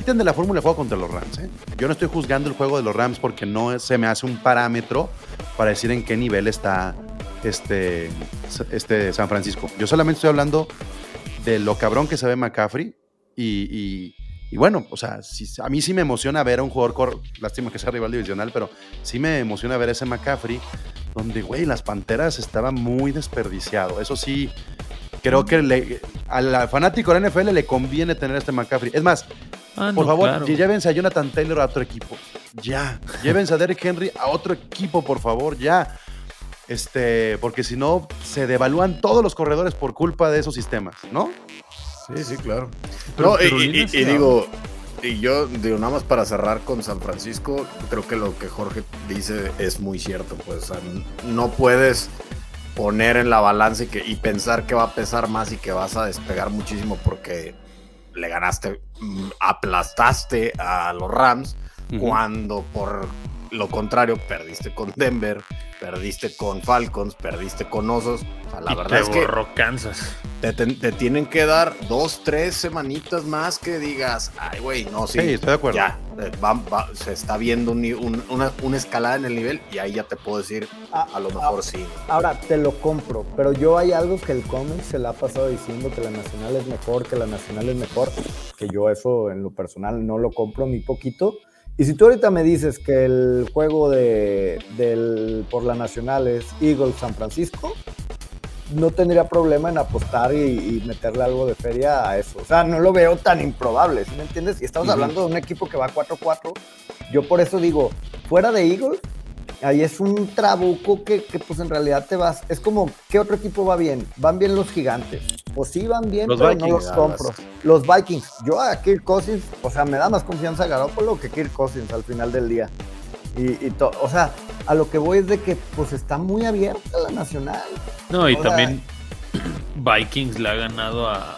quiten de la fórmula de juego contra los Rams, ¿eh? Yo no estoy juzgando el juego de los Rams porque no se me hace un parámetro para decir en qué nivel está este, este San Francisco. Yo solamente estoy hablando de lo cabrón que se ve McCaffrey y, y, y bueno, o sea, si, a mí sí me emociona ver a un jugador, cor- lástima que sea rival divisional, pero sí me emociona ver a ese McCaffrey donde, güey, las Panteras estaba muy desperdiciado. Eso sí, creo que le, al fanático de la N F L le conviene tener a este McCaffrey. Es más, Ah, por no, favor, claro. llévense a Jonathan Taylor a otro equipo. Ya. Llévense a Derrick Henry a otro equipo, por favor, ya. Este, porque si no, se devalúan todos los corredores por culpa de esos sistemas, ¿no? Sí, sí, claro. Pero No, y, Carolina y- sí, y ¿no? digo, y yo digo, nada más para cerrar con San Francisco, creo que lo que Jorge dice es muy cierto, pues, o sea, no puedes poner en la balanza y, que, y pensar que va a pesar más y que vas a despegar muchísimo porque le ganaste, mm, aplastaste a los Rams, Ujú. cuando por lo contrario perdiste con Denver, perdiste con Falcons, perdiste con Osos. O sea, la Y verdad te es que borró Kansas. te, te- te tienen que dar dos, tres semanitas más que digas, ay, güey, no, sí, Sí, estoy de acuerdo. ya, eh, va- va- se está viendo un ni- un- una, una escalada en el nivel y ahí ya te puedo decir, Ah, a lo mejor ah, sí. Ahora, te lo compro, pero yo hay algo que el cómic se le ha pasado diciendo que la Nacional es mejor, que la Nacional es mejor, que yo eso en lo personal no lo compro ni poquito. Y si tú ahorita me dices que el juego de, del, por la Nacional es Eagles San Francisco, no tendría problema en apostar y, y meterle algo de feria a eso. O sea, no lo veo tan improbable, ¿sí me entiendes? Y estamos Ujú. hablando de un equipo que va cuatro cuatro. Yo por eso digo, fuera de Eagles, ahí es un trabuco que, que pues en realidad te vas. Es como, ¿qué otro equipo va bien? Van bien los Gigantes. Pues sí van bien, Los pero Vikings, no los compro. Los Vikings. Yo a Kirk Cousins, o sea, me da más confianza Garoppolo que Kirk Cousins al final del día. Y, y to- o sea, a lo que voy es de que pues está muy abierta la Nacional. No, y O también Vikings le ha ganado a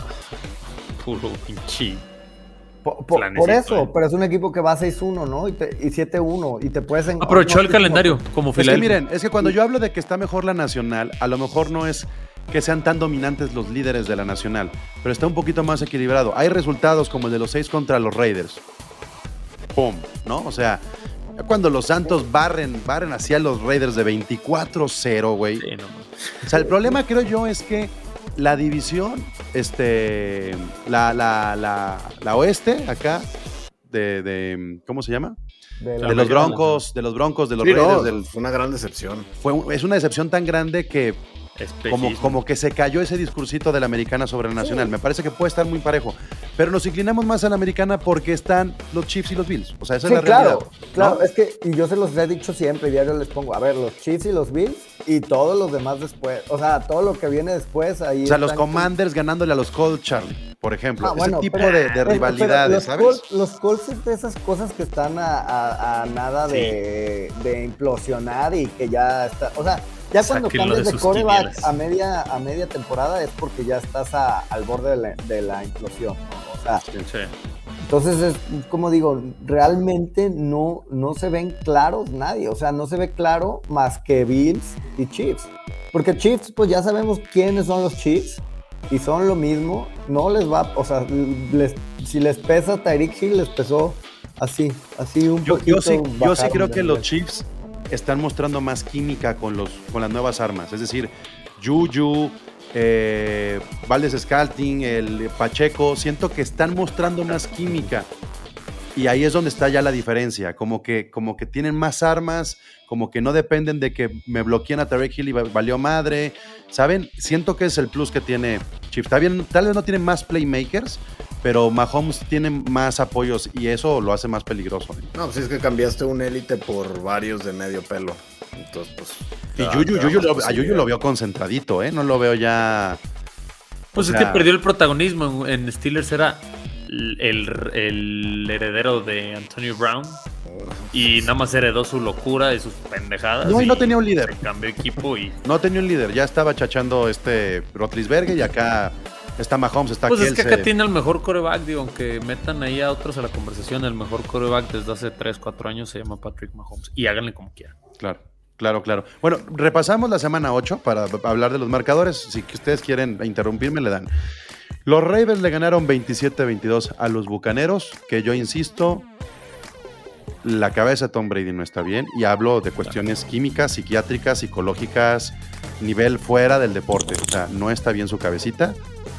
puro pinche. Por, por- Planecito, por eso, eh. pero es un equipo que va seis uno, ¿no? Y, te- y siete uno, y te puedes... en- Aprovechó no, el no, calendario como Es que Filadelfia. miren, es que cuando yo hablo de que está mejor la Nacional, a lo mejor no es que sean tan dominantes los líderes de la Nacional, pero está un poquito más equilibrado. Hay resultados como el de los seis contra los Raiders. ¡Pum! ¿No? O sea, ya cuando los Santos barren, barren hacia los Raiders de veinticuatro cero, güey. Sí, no, no. O sea, el problema creo yo es que la división, este, la, la, la, la oeste acá, de, de, ¿cómo se llama? de De la- los mayoría de la- Broncos, de los Broncos, de los Sí, Raiders, no, del, fue una gran decepción. fue un- es una decepción tan grande que como, Especismo. como que se cayó ese discursito de la americana sobre la nacional. Me parece que puede estar muy parejo. Pero nos inclinamos más a la americana porque están los Chiefs y los Bills. O sea, esa Sí, es la claro, realidad. claro, ¿no? es que, y yo se los he dicho siempre, diario les pongo, a ver, los Chiefs y los Bills, y todos los demás después, o sea, todo lo que viene después, ahí O sea, los están- Commanders ganándole a los Colts, Charlie, por ejemplo. Ah, Ese bueno, tipo pero- de, de pero- rivalidades, pero los ¿sabes? Colts- los Colts es de esas cosas que están a, a- a nada de, de implosionar y que ya está, o sea, ya cuando Sáquenlo cambias de de sus coreback quinielas. a media, a media temporada es porque ya estás a- al borde de la, de la implosión, ¿no? O sea, Sí. entonces, es como digo, realmente no, no se ven claros nadie. O sea, no se ve claro más que Bills y Chiefs. Porque Chiefs, pues ya sabemos quiénes son los Chiefs y son lo mismo. No les va, o sea, les, si les pesa Tyreek Hill, les pesó así, así un Yo, poquito. yo sí, yo sí bajaron creo de que los nivel. Chiefs están mostrando más química con, los, con las nuevas armas. Es decir, Juju, eh, Valdez Scalting, el Pacheco, siento que están mostrando más química. Y ahí es donde está ya la diferencia. Como que, como que tienen más armas, como que no dependen de que me bloqueen a Tyreek Hill y va- valió madre. ¿Saben? Siento que es el plus que tiene Chiefs. Está bien, tal vez no tiene más playmakers, pero Mahomes tiene más apoyos y eso lo hace más peligroso. No, pues es que cambiaste un élite por varios de medio pelo. Entonces, pues. Y te da- Yuyu, te da Yuyu más lo- a posibilidad. Yuyu lo veo concentradito, ¿eh? No lo veo ya... Pues O es sea- que perdió el protagonismo. En, en Steelers era el, el- el heredero de Antonio Brown. Y nada más heredó su locura y sus pendejadas. No, y no tenía un líder. Se cambió equipo y. No tenía un líder. Ya estaba chachando este Roethlisberger y acá está Mahomes, está Pues es que Kelsey. acá tiene el mejor coreback, digo, aunque metan ahí a otros a la conversación, el mejor coreback desde hace tres, cuatro años se llama Patrick Mahomes. Y háganle como quieran. Claro, claro, claro. Bueno, repasamos la semana ocho para hablar de los marcadores. Si que ustedes quieren interrumpirme, le dan. Los Ravens le ganaron veintisiete a veintidós a los Bucaneros, que yo insisto, la cabeza de Tom Brady no está bien, y hablo de cuestiones químicas, psiquiátricas, psicológicas, nivel fuera del deporte. O sea, no está bien su cabecita.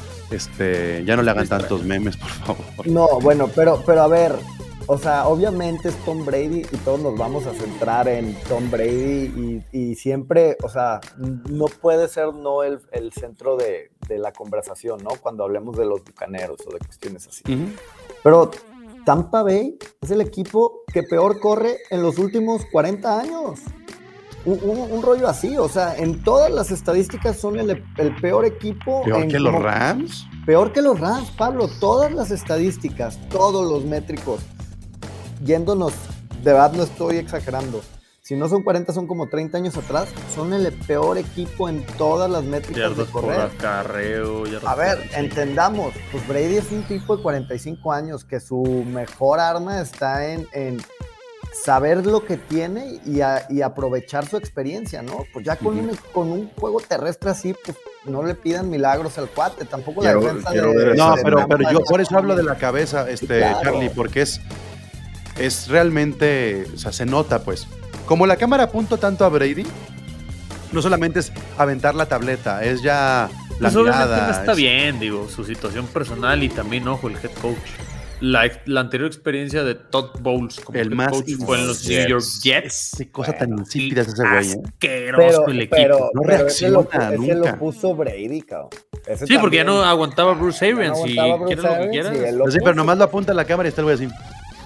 Este, ya no le hagan tantos memes, por favor. No, bueno, pero, pero a ver, o sea, obviamente es Tom Brady y todos nos vamos a centrar en Tom Brady y, y siempre, o sea, no puede ser no el, el centro de, de la conversación, ¿no? Cuando hablemos de los Bucaneros o de cuestiones así. Uh-huh. Pero Tampa Bay es el equipo que peor corre en los últimos cuarenta años. Un, un, un rollo así, o sea, en todas las estadísticas son el, el peor equipo. ¿Peor en que los Rams? Peor que los Rams, Pablo. Todas las estadísticas, todos los métricos, yéndonos, de verdad no estoy exagerando. Si no son cuarenta, son como treinta años atrás. Son el peor equipo en todas las métricas yardas de correr. Por acarreo, a ver, por... entendamos, pues Brady es un tipo de cuarenta y cinco años que su mejor arma está en... en saber lo que tiene y, a, y aprovechar su experiencia, ¿no? Pues ya con, uh-huh. un, con un juego terrestre así, pues no le pidan milagros al cuate, tampoco quiero, la defensa de... No, de pero, pero yo por eso hablo de la cabeza, este, claro. Charlie, porque es, es realmente, o sea, se nota, pues. Como la cámara apuntó tanto a Brady, no solamente es aventar la tableta, es ya la pues mirada. No está es... bien, digo, su situación personal y también, ojo, el head coach. La, la anterior experiencia de Todd Bowles como el head más coach fue en los New York Jets. Qué cosa tan insípida es ese güey, ¿eh? Asqueroso el equipo. Pero, no pero reacciona ese lo, nunca. Ese lo puso Brady, cabrón. Ese sí, porque ya no aguantaba Bruce Arians. Si no quieres lo que quieras. Sí, sí, pero nomás lo apunta a la cámara y está el güey así.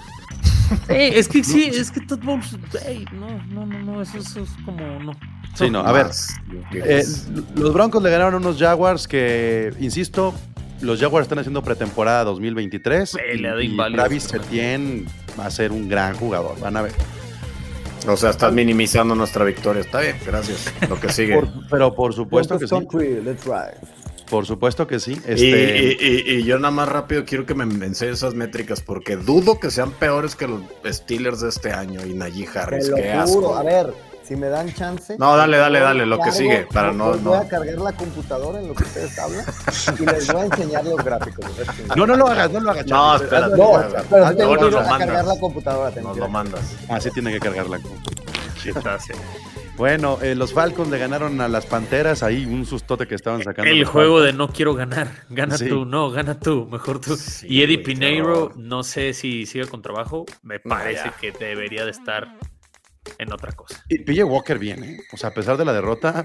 Hey, es que sí, es que Todd Bowles, hey, no, no, no, no, eso, eso es como, no. Sí, no, a ver, eh, los Broncos le ganaron unos Jaguars que, insisto, los Jaguars están haciendo pretemporada dos mil veintitrés Pelea y, y Travis Etienne va a ser un gran jugador, van a ver. O sea, estás minimizando nuestra victoria, está bien, gracias, lo que sigue. Por, pero por supuesto que sí. Let's ride. Por supuesto que sí. Este... Y, y, y, y yo nada más rápido quiero que me enseñes esas métricas porque dudo que sean peores que los Steelers de este año y Najee Harris. Qué asco. A ver, si me dan chance. No, dale, dale, dale, lo que sigue. Para no, no. Voy a cargar la computadora en lo que ustedes hablan y les voy a enseñar los gráficos. No, no lo hagas, no lo hagas. No, espérate. No, pero tengo no, que no, a cargar mandas. la computadora. Nos lo mandas. Ah, sí tiene que cargar la computadora. Bueno, eh, los Falcons le ganaron a las Panteras, ahí un sustote que estaban sacando. El juego Falcons. De no quiero ganar, gana sí. tú, no, gana tú, mejor tú. Sí, y Eddie Pineiro, no sé si sigue con trabajo, me parece no, que debería de estar en otra cosa. Y P J Walker bien, ¿eh? O sea, a pesar de la derrota,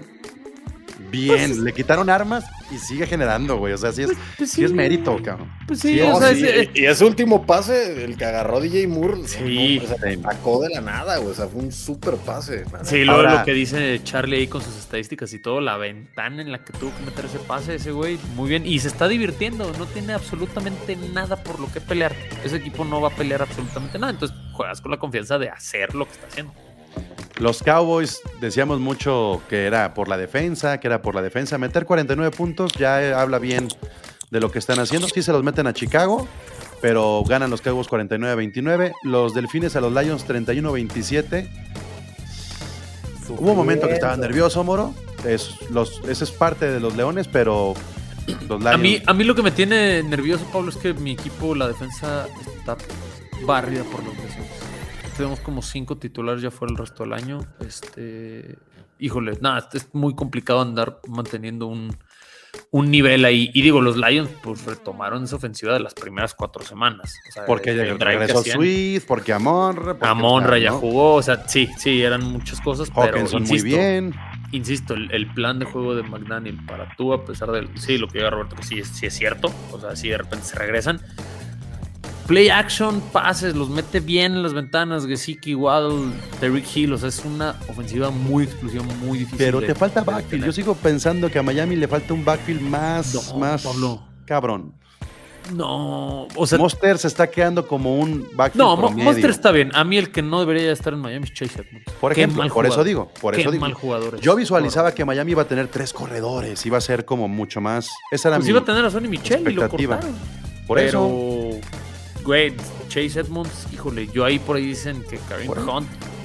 bien, pues, le quitaron armas y sigue generando, güey, o sea, sí es, pues sí, sí es mérito, cabrón. Pues sí, sí o no, sea, sí. Es, y ese último pase, el que agarró D J Moore, sí. no, o sea, sacó de la nada, güey, o sea, fue un súper pase. Man. Sí, luego Ahora, lo que dice Charlie ahí con sus estadísticas y todo, la ventana en la que tuvo que meter ese pase, ese güey, muy bien, y se está divirtiendo, no tiene absolutamente nada por lo que pelear, ese equipo no va a pelear absolutamente nada, entonces juegas con la confianza de hacer lo que está haciendo. Los Cowboys decíamos mucho que era por la defensa, que era por la defensa. Meter cuarenta y nueve puntos ya habla bien de lo que están haciendo. Sí se los meten a Chicago, pero ganan los Cowboys cuarenta y nueve a veintinueve. Los Delfines a los Lions treinta y uno a veintisiete. Hubo un momento que estaba nervioso, Moro. Es, los, ese es parte de los Leones, pero los Lions... A mí, a mí lo que me tiene nervioso, Pablo, es que mi equipo, la defensa, está barrida por los lesiones. Tenemos como cinco titulares ya fuera el resto del año. Este, híjole, nada, es muy complicado andar manteniendo un, un nivel ahí. Y digo, los Lions pues retomaron esa ofensiva de las primeras cuatro semanas. O sea, porque ya regresó Swift, porque Amon-Ra. Amon-Ra ya ¿no? jugó, o sea, sí, sí, eran muchas cosas, Hawkinson pero insisto, muy bien. Insisto, el, el plan de juego de McDaniel para tú, a pesar de, sí, lo que diga Roberto, que sí, sí es cierto, o sea, sí de repente se regresan. Play action, pases, los mete bien en las ventanas, Gesicki, Waddle, Tyreek Hill, o sea, es una ofensiva muy explosiva, muy difícil. Pero de, te falta backfield, yo sigo pensando que a Miami le falta un backfield más, no, más Pablo. Cabrón. No, o sea... Monster se está quedando como un backfield No, promedio. Monster está bien, a mí el que no debería estar en Miami es Chase Edmonds. Por ejemplo, por jugador. eso digo, por Qué eso digo. mal jugador es. Yo visualizaba por... que Miami iba a tener tres corredores, iba a ser como mucho más... Esa era pues mi iba a tener a Sonny Michel y lo cortaron. Por Pero... eso... Güey, Chase Edmonds, híjole, yo ahí por ahí dicen que Kareem Hunt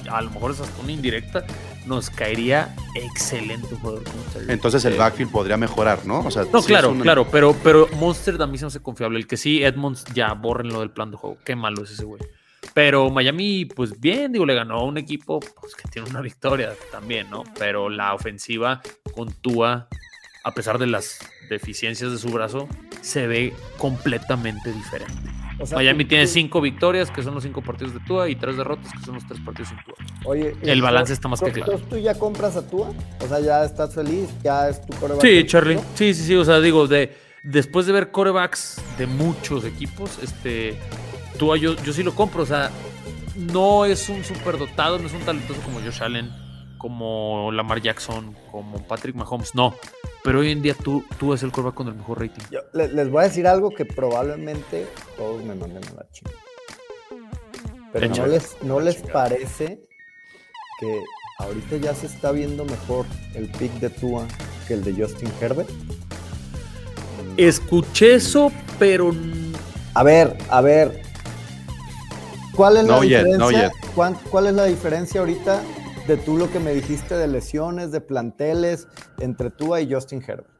a lo mejor es hasta una indirecta, nos caería excelente un jugador como Tyreek. Entonces el backfield podría mejorar, ¿no? O sea, No, sí claro, es una- claro, pero, pero Monster a mí se me hace confiable. El que sí, Edmonds, ya bórrenlo del plan de juego. Qué malo es ese güey. Pero Miami, pues bien, digo, le ganó a un equipo pues, que tiene una victoria también, ¿no? Pero la ofensiva con Tua, a pesar de las deficiencias de su brazo, se ve completamente diferente. O sea, Miami tú- tiene tú- cinco victorias, que son los cinco partidos de Tua, y tres derrotas, que son los tres partidos sin Tua. Oye, El ¿y balance tú- está más tú- que claro. ¿Tú, tú ya compras a Tua? O sea, ya estás feliz, ya es tu coreback. Sí, del Charlie. futuro? Sí, sí, sí. O sea, digo, de, después de ver corebacks de muchos equipos, este, Tua yo, yo sí lo compro. O sea, no es un superdotado, no es un talentoso como Josh Allen, como Lamar Jackson, como Patrick Mahomes, no. Pero hoy en día tú, tú es el coreback con el mejor rating. Yo le- les voy a decir algo que probablemente todos me manden a la chingada. Pero no Échale. les, no les parece que ahorita ya se está viendo mejor el pick de Tua que el de Justin Herbert. Escuché eso, pero A ver, a ver. ¿Cuál es la No yet, diferencia? no yet. ¿Cuán- ¿Cuál es la diferencia ahorita de tú lo que me dijiste de lesiones, de planteles entre Tua y Justin Herbert?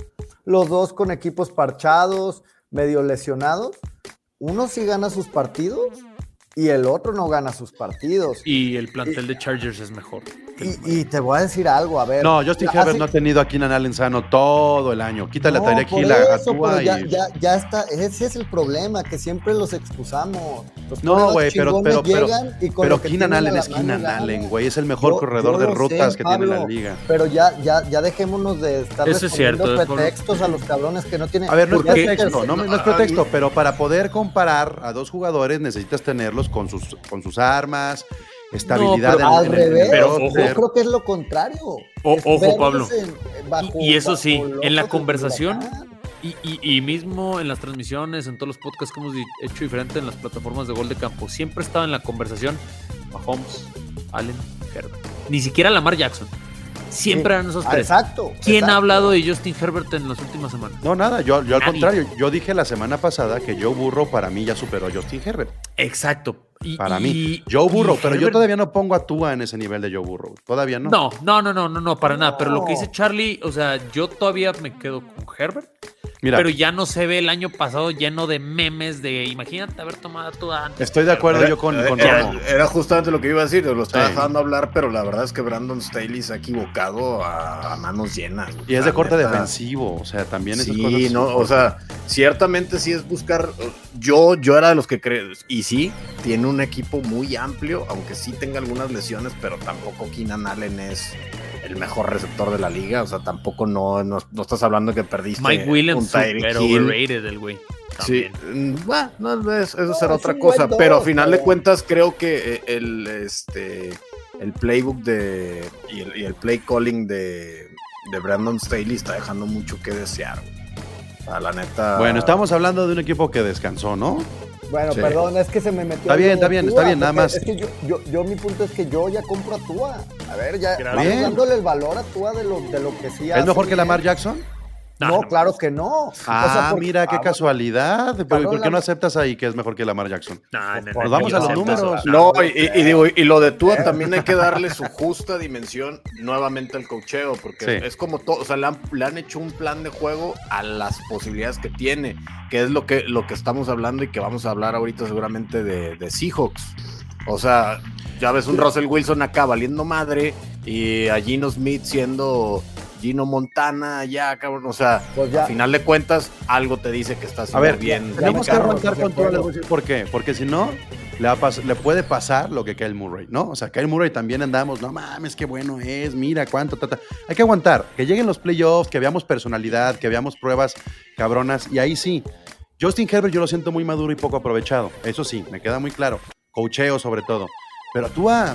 Los dos con equipos parchados, medio lesionados. Uno sí gana sus partidos y el otro no gana sus partidos. y el plantel de Chargers es mejor. Y, y te voy a decir algo, a ver. No, Justin hace- Herbert no ha tenido a Keenan Allen sano todo el año. Quítale a No, Tyreek por Hill a, a eso, Tua pero ya, y... ya, ya está, ese es el problema, que siempre los excusamos. Los No, corebacks güey, pero, chingones pero, pero, llegan y con pero lo que Keenan tienen a Allen la es mano Keenan ganan. Allen, güey. Es el mejor Yo- corredor yo de lo rutas sé, que tiene la Pablo, liga. Pero ya, ya, ya dejémonos de estar Eso es respondiendo cierto, es por- pretextos a los cabrones que no tienen. A ver, no es Ya sé que pretexto, sí, no, no es pretexto, pero para poder comparar a dos jugadores necesitas tenerlos con sus, con sus armas, estabilidad pero en, Al en el- en el revés, pero, roster. yo creo que es lo contrario. O- Es ojo, verlos Pablo. en- bajo- Y- y eso sí, bajo en la locos del conversación, huracán. Y, y, y mismo en las transmisiones, en todos los podcasts que hemos di- hecho diferente en las plataformas de Gol de Campo, siempre estaba en la conversación Mahomes, Allen, Herbert. Ni siquiera Lamar Jackson. Siempre Sí. eran esos Ah, tres. exacto. ¿Quién exacto. ha hablado de Justin Herbert en las últimas semanas? No, nada, yo, yo al Nadie. contrario, yo dije la semana pasada que Joe Burrow para mí ya superó a Justin Herbert. Exacto. Y- Para y- mí, Joe Burrow, y pero yo Herbert- todavía no pongo a Tua en ese nivel de Joe Burrow. Todavía no. No, no, no, no, no, no, para nada. Pero lo que No. dice Charlie, o sea, yo todavía me quedo con Herbert. Mira, Pero ya no se ve el año pasado lleno de memes de imagínate haber tomado tú antes. estoy de acuerdo Era- yo con, con era, Romo. era justamente lo que iba a decir, lo estaba Sí. dejando hablar, pero la verdad es que Brandon Staley se ha equivocado a, a manos llenas. güey. Y es La de corte neta, defensivo, o sea, también esas Sí, cosas. no, o sea, ciertamente sí es buscar. Yo, yo era de los que creo, y sí, tiene un equipo muy amplio, aunque sí tenga algunas lesiones, pero tampoco Keenan Allen es el mejor receptor de la liga, o sea, tampoco no, no, no estás hablando que perdiste Mike Williams, un Tyreek super Hill. overrated el güey. Sí, También. mm, bueno, no, es- eso No, será es otra un cosa, buen pero a dos, final de pero- cuentas creo que eh, el, este, el playbook de, y, el, y el play calling de, de Brandon Staley está dejando mucho que desear, güey. O sea, la neta... Bueno, estamos hablando de un equipo que descansó, ¿no? Bueno, Sí. perdón, es que se me metió. Está algo bien, de está bien, Tua, está bien, nada porque más. Es que yo, yo, yo, mi punto es que yo ya compro a Tua. A ver, ya Bien. vamos dándole el valor a Tua de lo, de lo que sí hace ¿Es mejor que bien. Lamar Jackson? No, No, no, claro que no. Ah, O sea, porque- mira, qué ah, casualidad. ¿Por, cabrón, por qué no Lamar- aceptas ahí que es mejor que Lamar Jackson? No, no, no, Pues vamos yo a los acepto números. eso. No, y, y- y digo, y lo de Tua también hay que darle su justa dimensión nuevamente al coacheo, porque Sí. es como todo, o sea, le han, le han hecho un plan de juego a las posibilidades que tiene, que es lo que, lo que estamos hablando y que vamos a hablar ahorita seguramente de, de Seahawks. O sea, ya ves un Russell Wilson acá valiendo madre y a Gino Smith siendo Gino Montana allá, cabrón. O sea, Pues ya. a final de cuentas, algo te dice que está haciendo A ver, bien. tenemos que bien, cabrón. arrancar de con Tua, les acuerdo. voy a decir por qué. Porque si no, le, va a pas- le puede pasar lo que Kyle Murray, ¿no? O sea, Kyle Murray también andamos, no mames, qué bueno es, mira cuánto, tata. Hay que aguantar, que lleguen los playoffs, que veamos personalidad, que veamos pruebas cabronas, y ahí sí. Justin Herbert yo lo siento muy maduro y poco aprovechado, eso sí, me queda muy claro. Coacheo sobre todo. Pero Tua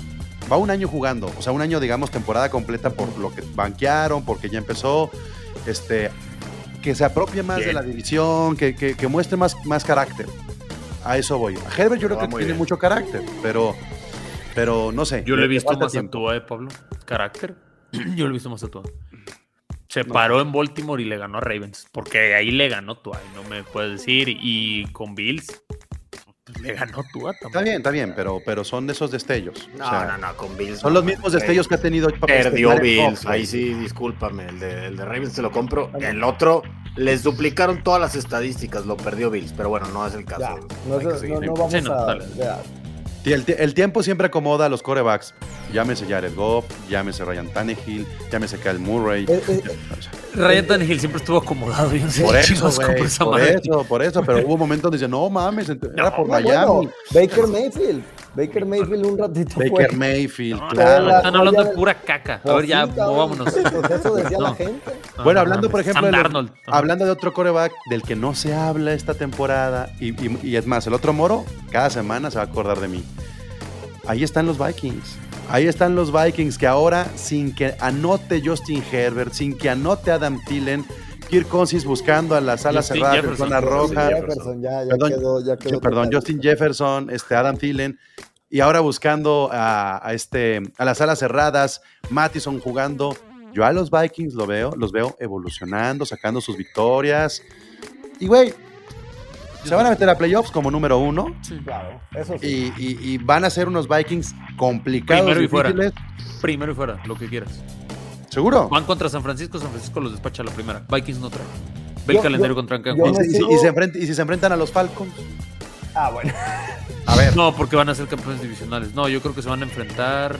va un año jugando, o sea, un año, digamos, temporada completa por lo que banquearon, porque ya empezó, este, que se apropie más Bien. de la división, que, que, que muestre más, más carácter. A eso voy. A Herbert yo creo Va que muy tiene bien. mucho carácter, pero, pero no sé. Yo le he le visto falta más tiempo. a Tua, eh, Pablo. Carácter. Yo le he visto más a Tua. Se paró en Baltimore y le ganó a Ravens. Porque ahí le ganó Tua. Y no me puedes decir. Y con Bills, pues, le ganó Tua también. Está bien, está bien, pero, pero son de esos destellos. No, o sea, no, no, con Bills. son no, los mismos güey. destellos que ha tenido. Perdió este, Bills, Goff, ahí güey. sí, discúlpame, el de, el de Ravens te lo compro. El otro, les duplicaron todas las estadísticas, lo perdió Bills, pero bueno, no es el caso. Ya, Hay no, que no, seguir. no vamos Sí, no, a... dale. ya. Sí, el, el tiempo siempre acomoda a los quarterbacks. Llámese Jared Goff, llámese Ryan Tannehill, llámese Kyle Murray. Eh, eh, Ryan Tannehill siempre estuvo acomodado. Yo no sé Por qué eso, chingados güey, compró esa por madre. eso, por eso, pero hubo momentos donde dice, no mames, era por no, Miami. bueno, Baker Mayfield. Baker Mayfield un ratito Baker fue. Mayfield, No, claro. no, están hablando Ya- de pura caca. A Pues ver, ya, sí, cabrón, vámonos. Pues eso decía la No. gente. No, Bueno, no hablando, por mames. ejemplo, Sam de los- Darnold. Ajá. hablando de otro quarterback del que no se habla esta temporada, y, y- y es más, el otro Moro, cada semana se va a acordar de mí. Ahí están los Vikings. Ahí están los Vikings que ahora, sin que anote Justin Herbert, sin que anote Adam Thielen, Kirk Cousins buscando a las alas Justin cerradas en Jefferson. zona roja. Jefferson, ya, ya Perdón, quedó, ya quedó Perdón, total. Justin Jefferson, este Adam Thielen, y ahora buscando a, a este, a las alas cerradas, Mattison jugando. Yo a los Vikings lo veo, los veo evolucionando, sacando sus victorias. Y güey, se van a meter a playoffs como número uno. Claro, eso sí. Y, y- y van a ser unos Vikings complicados, Primero y fuera. difíciles. Primero y fuera, lo que quieras. ¿Seguro? Van contra San Francisco, San Francisco los despacha la primera. Vikings no trae. Ve el Yo- calendario yo- contra yo ¿Y, me si, y si- sigo- y se enfrent- y si se enfrentan a los Falcons? Ah, bueno. A ver, No, porque van a ser campeones divisionales. No, yo creo que se van a enfrentar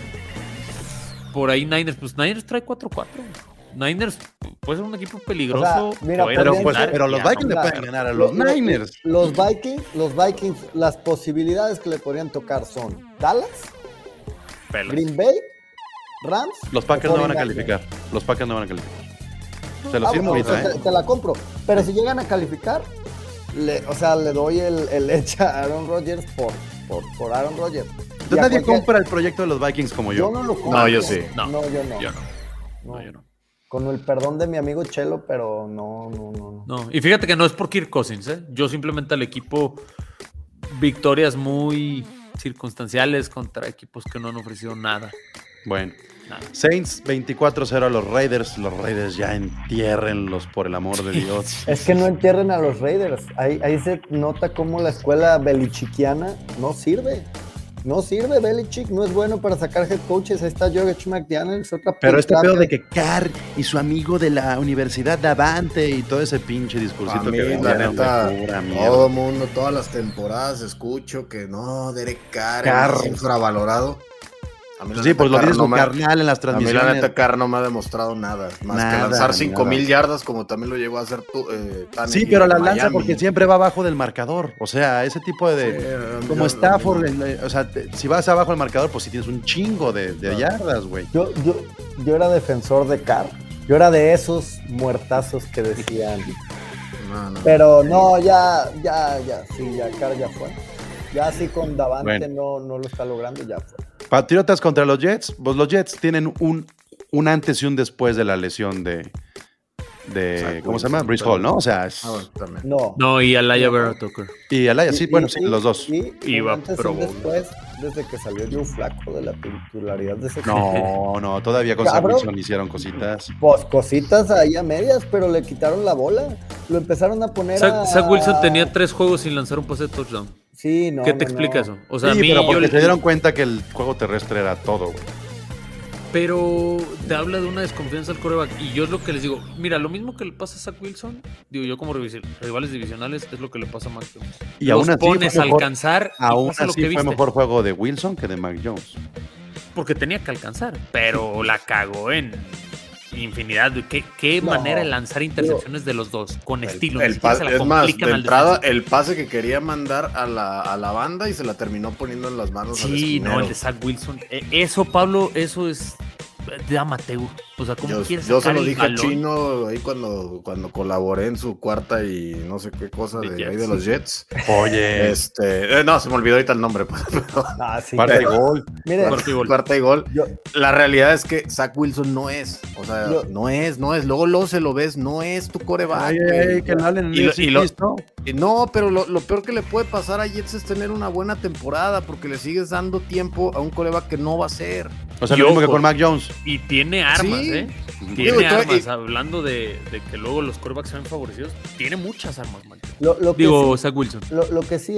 por ahí Niners. Pues Niners trae cuatro cuatro. Niners puede ser un equipo peligroso. O sea, mira, que vaya a pero, podrían pues, ganar, pero los ya, Vikings le ¿no? pueden ganar a los Lo- lo- Niners. Los Vikings, los Vikings, las posibilidades que le podrían tocar son Dallas, Pelas. Green Bay, Rams. Los Packers o no van a cuarenta y nueve. calificar. Los Packers no van a calificar. Se los Ah, firmo bueno, ahorita, te, ¿eh? te la compro. Pero si llegan a calificar, le, o sea, le doy el, el edge a Aaron Rodgers por, por, por Aaron Rodgers. Entonces Y a nadie cualquier- compra el proyecto de los Vikings como Yo yo. no lo compro. No, yo sí. No, No, yo no. Yo no. No. No, yo no. Con el perdón de mi amigo Chelo, pero no, no, no. no. No, y fíjate que no es por Kirk Cousins, ¿eh? Yo simplemente al equipo victorias muy circunstanciales contra equipos que no han ofrecido nada. Bueno. Nada. Saints veinticuatro cero a los Raiders. Los Raiders ya entiérrenlos, por el amor de Dios. Es que no entierren a los Raiders. Ahí, ahí se nota cómo la escuela belichiquiana no sirve. No sirve, Belichick. No es bueno para sacar head coaches. Ahí está George McDaniels, otra Pero este plata. pedo de que Carr y su amigo de la Universidad Davante y todo ese pinche A discursito mí, que la vendieron, neta, güey, pura mierda. todo mundo, todas las temporadas escucho que no, Derek Carr Carr. es infravalorado. A mí la Sí, neta, pues lo Carr dice no su me- carnal en las A mí transmisiones. la neta Carr no me ha demostrado nada, más Nada, que lanzar cinco mil nada. yardas como también lo llegó a hacer tú. Eh, Tannehill Sí, pero en la lanza Miami. porque siempre va abajo del marcador. O sea, ese tipo de... Sí, como yo- Stafford, en- eh, o sea, te- si vas abajo del marcador, pues sí tienes un chingo de, de yardas, güey. Yo, yo, yo era defensor de Carr. Yo era de esos muertazos que decían. No, no. Pero no, ya, ya, ya. Sí, ya Carr ya fue. Ya así con Davante Bueno. no, no lo está logrando, ya fue. Patriotas contra los Jets. Pues los Jets tienen un, un antes y un después de la lesión de... de Zach ¿Cómo se Wilson, llama? Brice pero- Hall, ¿no? O sea, es- Ah, bueno, también. No. No, y Alaya Vera Tucker. y Alaya, sí, Y- bueno, y- sí, y- los dos. Y, Y un va antes y Pro un Bowl. después, desde que salió Joe Flaco de la titularidad de ese No, no, todavía con Zach Cabrón. Wilson hicieron cositas. Pues cositas ahí a medias, pero le quitaron la bola. Lo empezaron a poner Zach, a... Zach Wilson tenía tres juegos sin lanzar un pase de touchdown. Sí, no, ¿Qué no, te explica no. eso? O sea, Sí, a mí pero yo porque le- se dieron cuenta que el juego terrestre era todo, güey. Pero te habla de una desconfianza al quarterback. Y yo es lo que les digo. Mira, lo mismo que le pasa a Zach Wilson, digo yo como revis- rivales divisionales, es lo que le pasa a Mac Jones. Y Los aún así pones fue a mejor- alcanzar y Aún pasa lo así que fue viste. mejor juego de Wilson que de Mac Jones. Porque tenía que alcanzar, pero la cagó en infinidad. de- ¿Qué, qué No, manera de lanzar intercepciones de los dos? Con estilo. ni El siquiera pa- se la es más, complican de al entrada, defensa. el pase que quería mandar a la, a la banda y se la terminó poniendo en las manos al Sí, no, esquinero. el de Zach Wilson. Eh, Eso, Pablo, eso es de amateur. O sea, ¿cómo Yo, quieres yo se sacar lo el dije a balón? Chino ahí cuando, cuando colaboré en su cuarta y no sé qué cosa De de, ahí Jets. de los Jets. Oye, Este, eh, no, se me olvidó ahorita el nombre. Pues, pero- Ah, sí, parte de pero- gol. Mire, Cuarto y gol. cuarta y gol. yo, La realidad es que Zach Wilson no es. O sea, Yo- no es, no es. Luego, luego se lo ves, no es tu coreback. Ay, güey. ay, ay, que no hablen en Y lo- el y lo- listo. Eh, No, pero lo, lo peor que le puede pasar a Jets es tener una buena temporada porque le sigues dando tiempo a un coreback que no va a ser. O sea, Y lo mismo que ojo. con Mac Jones. Y tiene armas, Sí. ¿eh? Digo, Tiene y todo- armas. y- Hablando de, de que luego los quarterbacks se ven favorecidos, tiene muchas armas, man. lo, lo que Digo, sí, Zach Wilson. lo, lo que sí es,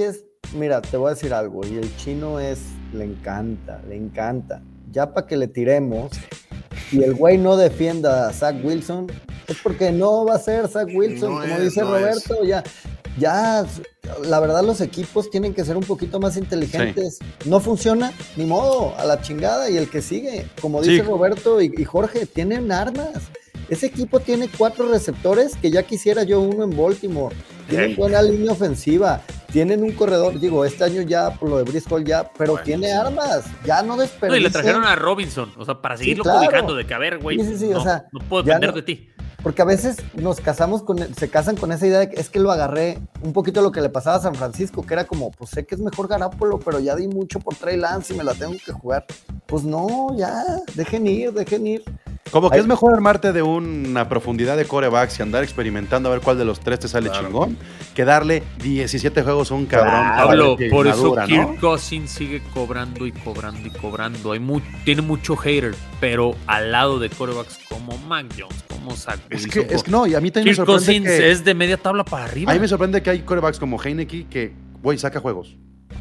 mira, te voy a decir algo, y el chino es, le encanta, le encanta. Ya para que le tiremos, y el güey no defienda a Zach Wilson, es porque no va a ser Zach Wilson, no como es, dice no Roberto, es. ya, ya, la verdad los equipos tienen que ser un poquito más inteligentes. Sí. No funciona, ni modo, a la chingada, y el que sigue, como dice sí. Roberto y, y Jorge, tienen armas. Ese equipo tiene cuatro receptores que ya quisiera yo uno en Baltimore. Tienen hey. buena línea ofensiva. Tienen un corredor, digo, este año ya por lo de Breece Hall ya, pero bueno, tiene sí. armas. Ya no desperdician. No, y le trajeron a Robinson, o sea, para seguirlo sí, claro. cobijando de que, a ver, güey, sí, sí, sí, no, o sea, no puedo depender no, de ti. Porque a veces nos casamos con, se casan con esa idea de que es que lo agarré un poquito lo que le pasaba a San Francisco, que era como, pues sé que es mejor Garoppolo, pero ya di mucho por Trey Lance y me la tengo que jugar. Pues no, ya, dejen ir, dejen ir. Como que Ay. es mejor armarte de una profundidad de corebacks y andar experimentando a ver cuál de los tres te sale claro. chingón, que darle diecisiete juegos a un cabrón. Pablo, por eso madura, Kirk ¿no? Cousins sigue cobrando y cobrando y cobrando. Hay mu- tiene mucho hater, pero al lado de corebacks como Mac Jones, como Zach Wilson. Es que, es que no, y a mí también Kirk me sorprende Cousins que... es de media tabla para arriba. A mí me sorprende que hay corebacks como Heineke que, güey, saca juegos.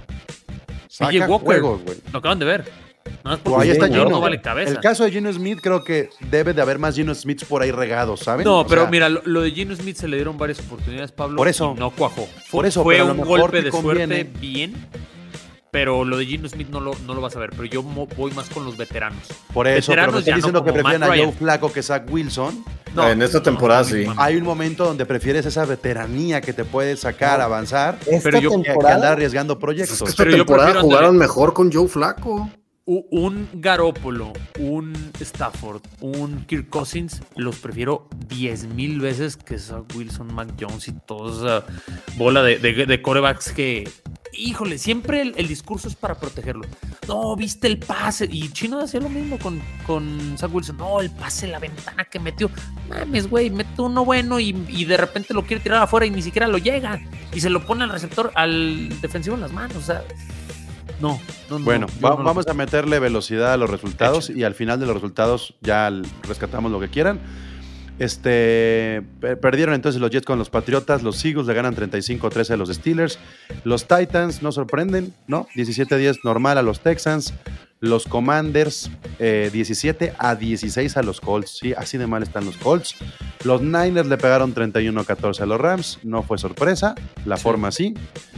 Saca P J Walker, juegos, güey. Lo acaban de ver. No, o ahí está Gino. No vale cabeza. El caso de Gino Smith, creo que debe de haber más Gino Smiths por ahí regados, ¿saben? No, o pero sea, mira, lo, lo de Gino Smith se le dieron varias oportunidades, Pablo. Por eso. Y no cuajó. Fue, por eso, fue un golpe de conviene. suerte bien, pero lo de Gino Smith no lo, no lo vas a ver. Pero yo mo, voy más con los veteranos. Por eso, veteranos pero me estoy diciendo no, que prefieren a Ryan. Joe Flacco que Zach Wilson. No, en esta temporada no, sí. Hay un momento donde prefieres esa veteranía que te puede sacar, no. avanzar, pero yo que, que andar arriesgando proyectos. Esta pero temporada yo jugaron andar... mejor con Joe Flacco. Un Garoppolo, un Stafford, un Kirk Cousins, los prefiero diez mil veces que Zach Wilson, Mac Jones y toda esa bola de, de, de quarterbacks que, híjole, siempre el, el discurso es para protegerlo. No, viste el pase, y Chino hacía lo mismo con, con Zach Wilson. No, el pase, la ventana que metió. Mames, güey, mete uno bueno y, y de repente lo quiere tirar afuera y ni siquiera lo llega. Y se lo pone al receptor, al defensivo en las manos, o sea... No, no, bueno, no, va, no vamos a meterle velocidad a los resultados y al final de los resultados ya rescatamos lo que quieran. Este, perdieron entonces los Jets con los Patriotas, los Eagles le ganan treinta y cinco a trece a los Steelers, los Titans no sorprenden, ¿no? diecisiete a diez normal a los Texans, los Commanders eh, diecisiete a dieciséis a los Colts, sí, así de mal están los Colts. Los Niners le pegaron treinta y uno a catorce a los Rams, no fue sorpresa, la sí. forma sí.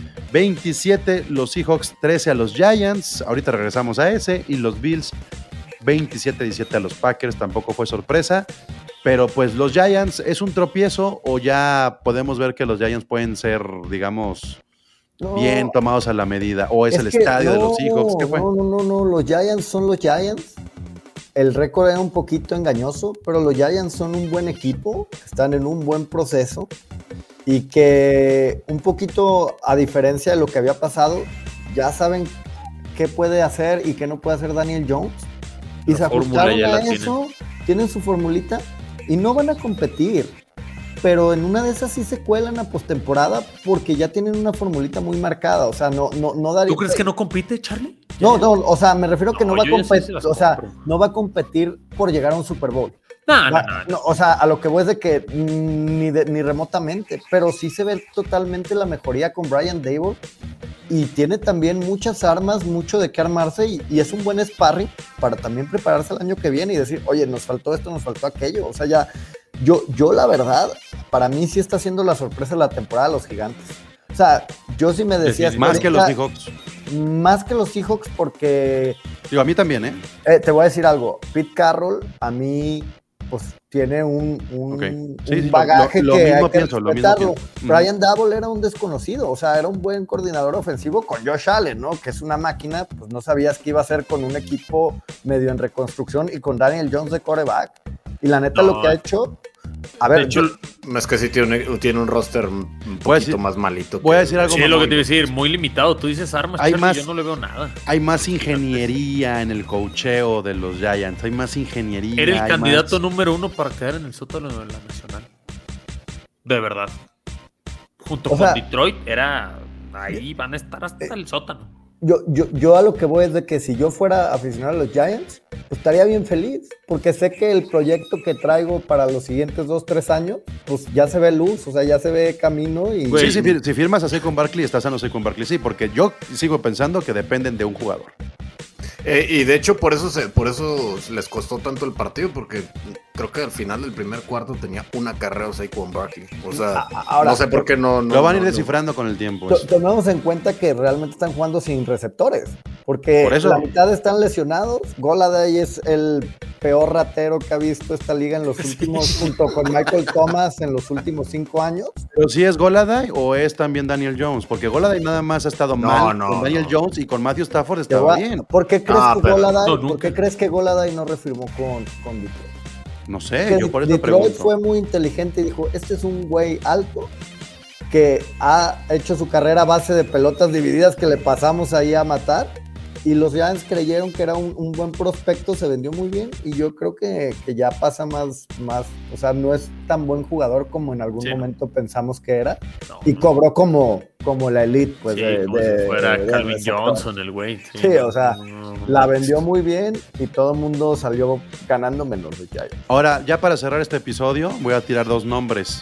veintisiete los Seahawks, trece a los Giants, ahorita regresamos a ese, y los Bills veintisiete a diecisiete a los Packers, tampoco fue sorpresa, pero pues los Giants, ¿es un tropiezo o ya podemos ver que los Giants pueden ser, digamos, no, bien tomados a la medida? ¿O es, es el estadio no, de los Seahawks? ¿Qué fue? No, no, no, no, los Giants son los Giants. El récord era un poquito engañoso, pero los Giants son un buen equipo, están en un buen proceso y que un poquito a diferencia de lo que había pasado, ya saben qué puede hacer y qué no puede hacer Daniel Jones y la se ajustaron a eso, tienen. tienen su formulita y no van a competir, pero en una de esas sí se cuelan a postemporada porque ya tienen una formulita muy marcada, o sea, no, no, no daría... ¿Tú crees que no compite, Charlie? No, no, o sea, me refiero a que no, no va a competir, o sea, no va a competir por llegar a un Super Bowl. No, no, no, no. O sea, a lo que voy es de que ni, de, ni remotamente, pero sí se ve totalmente la mejoría con Brian Daboll y tiene también muchas armas, mucho de qué armarse y, y es un buen sparring para también prepararse el año que viene y decir, oye, nos faltó esto, nos faltó aquello. O sea, ya, yo, yo la verdad, para mí sí está siendo la sorpresa de la temporada de los Gigantes. O sea, yo sí me decía... Más que los Seahawks. Más que los Seahawks porque... Digo, a mí también, ¿eh? eh te voy a decir algo. Pete Carroll, a mí... pues tiene un, un, okay. sí, un sí, bagaje lo, lo, lo que mismo hay que pienso, respetarlo. Lo mismo pienso. Brian Daboll era un desconocido, o sea, era un buen coordinador ofensivo con Josh Allen, ¿no? Que es una máquina, pues no sabías qué iba a hacer con un equipo medio en reconstrucción y con Daniel Jones de quarterback. Y la neta no. lo que ha hecho... A ver, de hecho, yo, es que sí tiene, tiene un roster un poquito decir, más malito. Voy a decir algo sí, más. Sí, lo que te iba a decir, muy limitado. Tú dices armas, hay Charlie, más, yo no le veo nada. Hay más ingeniería en el coacheo de los Giants. Hay más ingeniería. Era el candidato más... número uno para quedar en el sótano de la Nacional. De verdad. Junto o con sea, Detroit, era ahí van a estar hasta eh, el sótano. Yo, yo, yo a lo que voy es de que si yo fuera aficionado a los Giants, pues estaría bien feliz, porque sé que el proyecto que traigo para los siguientes dos, tres años, pues ya se ve luz, o sea, ya se ve camino y... Sí, si, si firmas a Saquon Barkley, estás a no Saquon Barkley, sí, porque yo sigo pensando que dependen de un jugador. Eh, y de hecho por eso se, por eso les costó tanto el partido, porque creo que al final del primer cuarto tenía una carrera Saquon Barkley. O sea, Ahora, no sé por qué no... no lo van a ir no, descifrando no. con el tiempo. To- tomemos en cuenta que realmente están jugando sin receptores, porque Por eso. la mitad están lesionados. Golladay es el peor ratero que ha visto esta liga en los últimos, sí. junto con Michael Thomas en los últimos cinco años. Pero si es Golladay o es también Daniel Jones, porque Golladay nada más ha estado no, mal no, con Daniel no. Jones y con Matthew Stafford estaba bien. ¿Por qué crees Ah, que pero, Golladay, no, ¿por qué crees que Golladay no refirmó con, con Detroit? No sé, Que yo por eso Detroit pregunto. fue muy inteligente y dijo, este es un güey alto que ha hecho su carrera a base de pelotas divididas que le pasamos ahí a matar, y los Giants creyeron que era un, un buen prospecto, se vendió muy bien, y yo creo que, que ya pasa más, más, o sea, no es tan buen jugador como en algún sí, momento no. pensamos que era, no, y no. cobró como, como la elite, pues, sí, de, como de, si fuera de, de Calvin receptor. Johnson, el güey. Sí, Sí, o sea, no, no, no. la vendió muy bien y todo el mundo salió ganando menos de Giants. Ahora, ya para cerrar este episodio, voy a tirar dos nombres.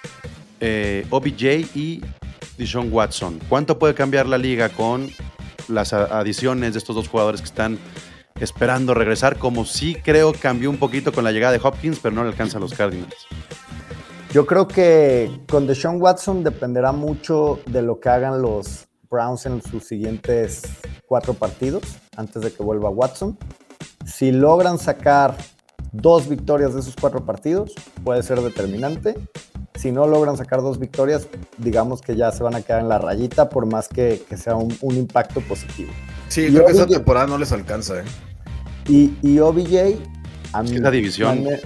Eh, O B J y Deshaun Watson. ¿Cuánto puede cambiar la liga con las adiciones de estos dos jugadores que están esperando regresar? Como sí creo cambió un poquito con la llegada de Hopkins, pero no le alcanza a los Cardinals. Yo creo que con Deshaun Watson dependerá mucho de lo que hagan los Browns en sus siguientes cuatro partidos antes de que vuelva Watson. Si logran sacar dos victorias de esos cuatro partidos, puede ser determinante. Si no logran sacar dos victorias, digamos que ya se van a quedar en la rayita, por más que, que sea un, un impacto positivo. Sí, Y creo que esta O B J temporada no les alcanza, ¿eh? Y, y O B J... A mí, Es la división. me,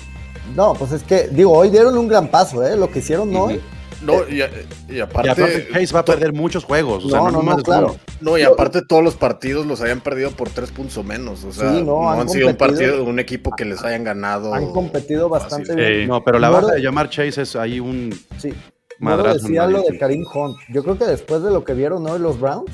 no, pues es que, digo, hoy dieron un gran paso, ¿eh? Lo que hicieron Uh-huh. hoy. No, y, y aparte... Y aparte, Chase va a perder muchos juegos. O sea, No, no, no, nomás no, es claro. uno. No, y aparte todos los partidos los habían perdido por tres puntos o menos. O sea, Sí, no, no han han, sido un competido. partido, un equipo que les hayan ganado. Han competido bastante fácil. bien. Sí. No, pero la Moro- baja de Jamar Chase es ahí un Sí. Moro madrazo. decía en lo Madrid. de Karim Hunt. Yo creo que después de lo que vieron hoy los Browns,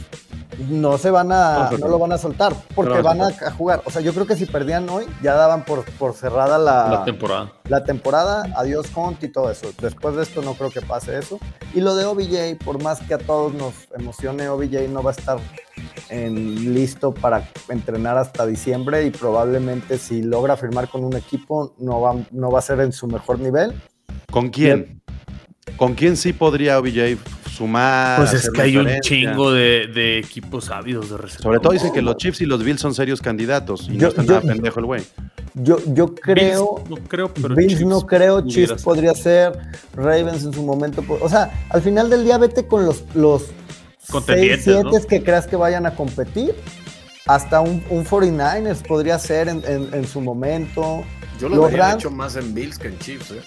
no se van a, No, no lo van a soltar, porque No lo van van a a, a jugar. O sea, yo creo que si perdían hoy, ya daban por, por cerrada la, La temporada. la temporada, adiós Hunt y todo eso. Después de esto no creo que pase eso. Y lo de O B J, por más que a todos nos emocione, O B J no va a estar en, listo para entrenar hasta diciembre, y probablemente si logra firmar con un equipo no va, no va a ser en su mejor nivel. ¿Con quién? ¿Con quién sí podría O B J sumar? Pues es hacer que hay un diferencia? chingo de, de equipos ávidos de receptor. Sobre todo dicen que los Chiefs y los Bills son serios candidatos y Yo- no está yo- nada pendejo el güey. Yo, yo creo... Bills, no creo, pero Bills Chiefs no creo, pudiera Chiefs ser. podría ser, Ravens en su momento, po- o sea, al final del día vete con los, los seis, Contendientes, siete ¿no? que creas que vayan a competir, hasta un, un cuarenta y nueve ers podría ser en, en- en su momento. Yo lo Los habría Rams- hecho más en Bills que en Chiefs, ¿eh?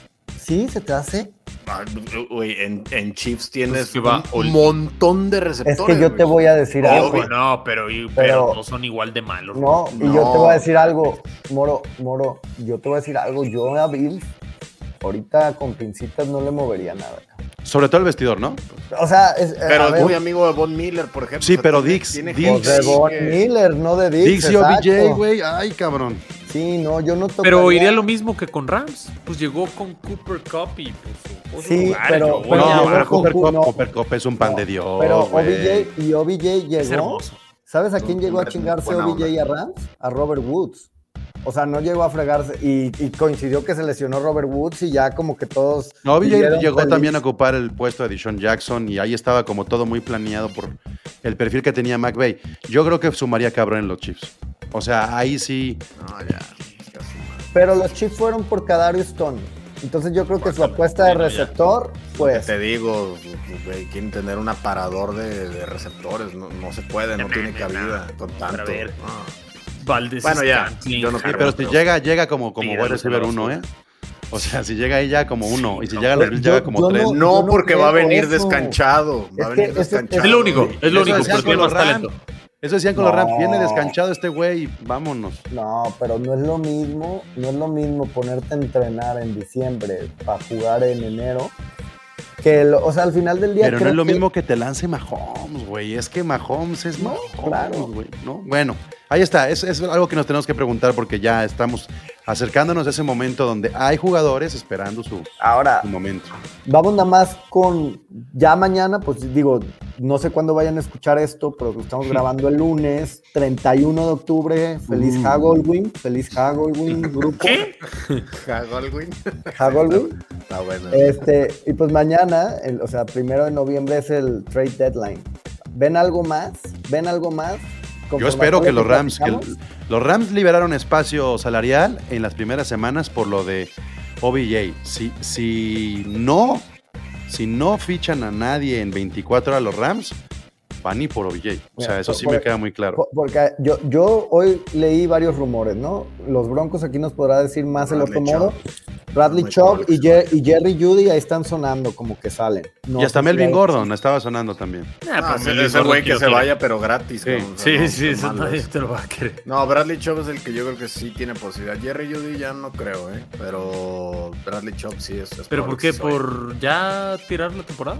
Sí, se te hace. Ay, güey, en, en Chiefs tienes Pues que va un Ol- montón de Es receptores. que yo te güey. voy a decir No, algo. güey. No, pero, pero, Pero- no son igual de malos. No, y No. yo te voy a decir algo, Moro, Moro, yo te voy a decir algo, yo a Bills ahorita con pincitas no le movería nada. Sobre todo el vestidor, ¿no? O sea, es, Pero a es ver, muy amigo de Von Miller, por ejemplo. Sí, O sea, pero tiene- Dix- tiene Dix- pues gente de Von que- Miller, no de Dix. Dix y O B J, exacto. güey. Ay, cabrón. Sí, no, yo no tocaría. Pero iría lo mismo que con Rams. Pues llegó con Cooper Cup y pues puso Sí, lugares, pero- yo voy pero No, a- llegó pero con Cooper Cu- Cup, no. Cooper Cup es un pan de Dios, Pero güey. O B J y O B J Es llegó. hermoso. ¿Sabes a quién llegó a Hombre, chingarse buena O B J y a Rams? A Robert Woods. O sea, no llegó a fregarse y, y coincidió que se lesionó Robert Woods y ya como que todos... No, O B J vivieron llegó feliz. también a ocupar el puesto de Deshaun Jackson y ahí estaba como todo muy planeado por el perfil que tenía McVay. Yo creo que sumaría cabrón en los Chiefs. O sea, ahí sí. No, ya. ya suma. Pero los Chiefs fueron por Kadarius Toney. Entonces yo creo que su apuesta de Bueno, ya. receptor, pues... Te digo, güey, quieren tener un aparador de, de receptores. No, no se puede, no No, tiene no, cabida no. con A tanto. ver. No. Valdez, Bueno, ya, Scantling, yo no- Sí, Harvard, pero si pero- llega, llega como, como Tíralo, wide receiver se lo uno, ¿eh? subo. O sea, si llega ahí ya como uno. Y si no, llega a los yo- Bills, llega yo como no- tres. yo No, no porque va a creo venir eso. descanchado. Es Va a que venir eso- descanchado. Es lo único, es lo Eso único, decían pero tiene con más los Rams. talento. Eso decían con los Rams. No. Viene descanchado este güey, vámonos. No, pero no es lo mismo, no es lo mismo ponerte a entrenar en diciembre para jugar en enero Que, lo, o sea, al final del día... Pero no es lo que... mismo que te lance Mahomes, güey. Es que Mahomes es no, Mahomes, claro. güey, ¿no? Bueno, ahí está. Es, es algo que nos tenemos que preguntar porque ya estamos acercándonos a ese momento donde hay jugadores esperando su, Ahora, su momento. Vamos nada más con... Ya mañana, pues digo, no sé cuándo vayan a escuchar esto, pero estamos grabando el lunes, treinta y uno de octubre. Feliz Uh. Halloween. Feliz Halloween, grupo. ¿Qué? Halloween. Halloween. Está bueno. Este, y pues mañana, el, o sea, primero de noviembre es el trade deadline. ¿Ven algo más? ¿Ven algo más? Yo espero que los Rams, que el- platicamos. los Rams liberaron espacio salarial en las primeras semanas por lo de O B J. Si, si no, si no fichan a nadie en veinticuatro horas los Rams, van y por O B J. O sea, Mira, eso por- sí por- me queda muy claro. Por- Porque yo, yo hoy leí varios rumores, ¿no? Los Broncos aquí nos podrá decir más el otro Bradley modo. Chubb. Bradley Muy Chubb probable y, que Jer- y Jerry Judy ahí están sonando como que salen. No y hasta sé si Melvin hay- Gordon estaba sonando también. Ah, Ah, pues ese- Melvin ese Gordon, güey que ¿quién se lo vaya, quiere? pero gratis. Sí. cabrón, o sea, Sí, no, sí, qué eso malo nadie es. te lo va a querer. No, Bradley Chubb es el que yo creo que sí tiene posibilidad. Jerry Judy ya no creo, ¿eh? Pero Bradley Chubb sí es. es ¿Pero por probable qué? que se vaya. ¿Por ya tirar la temporada?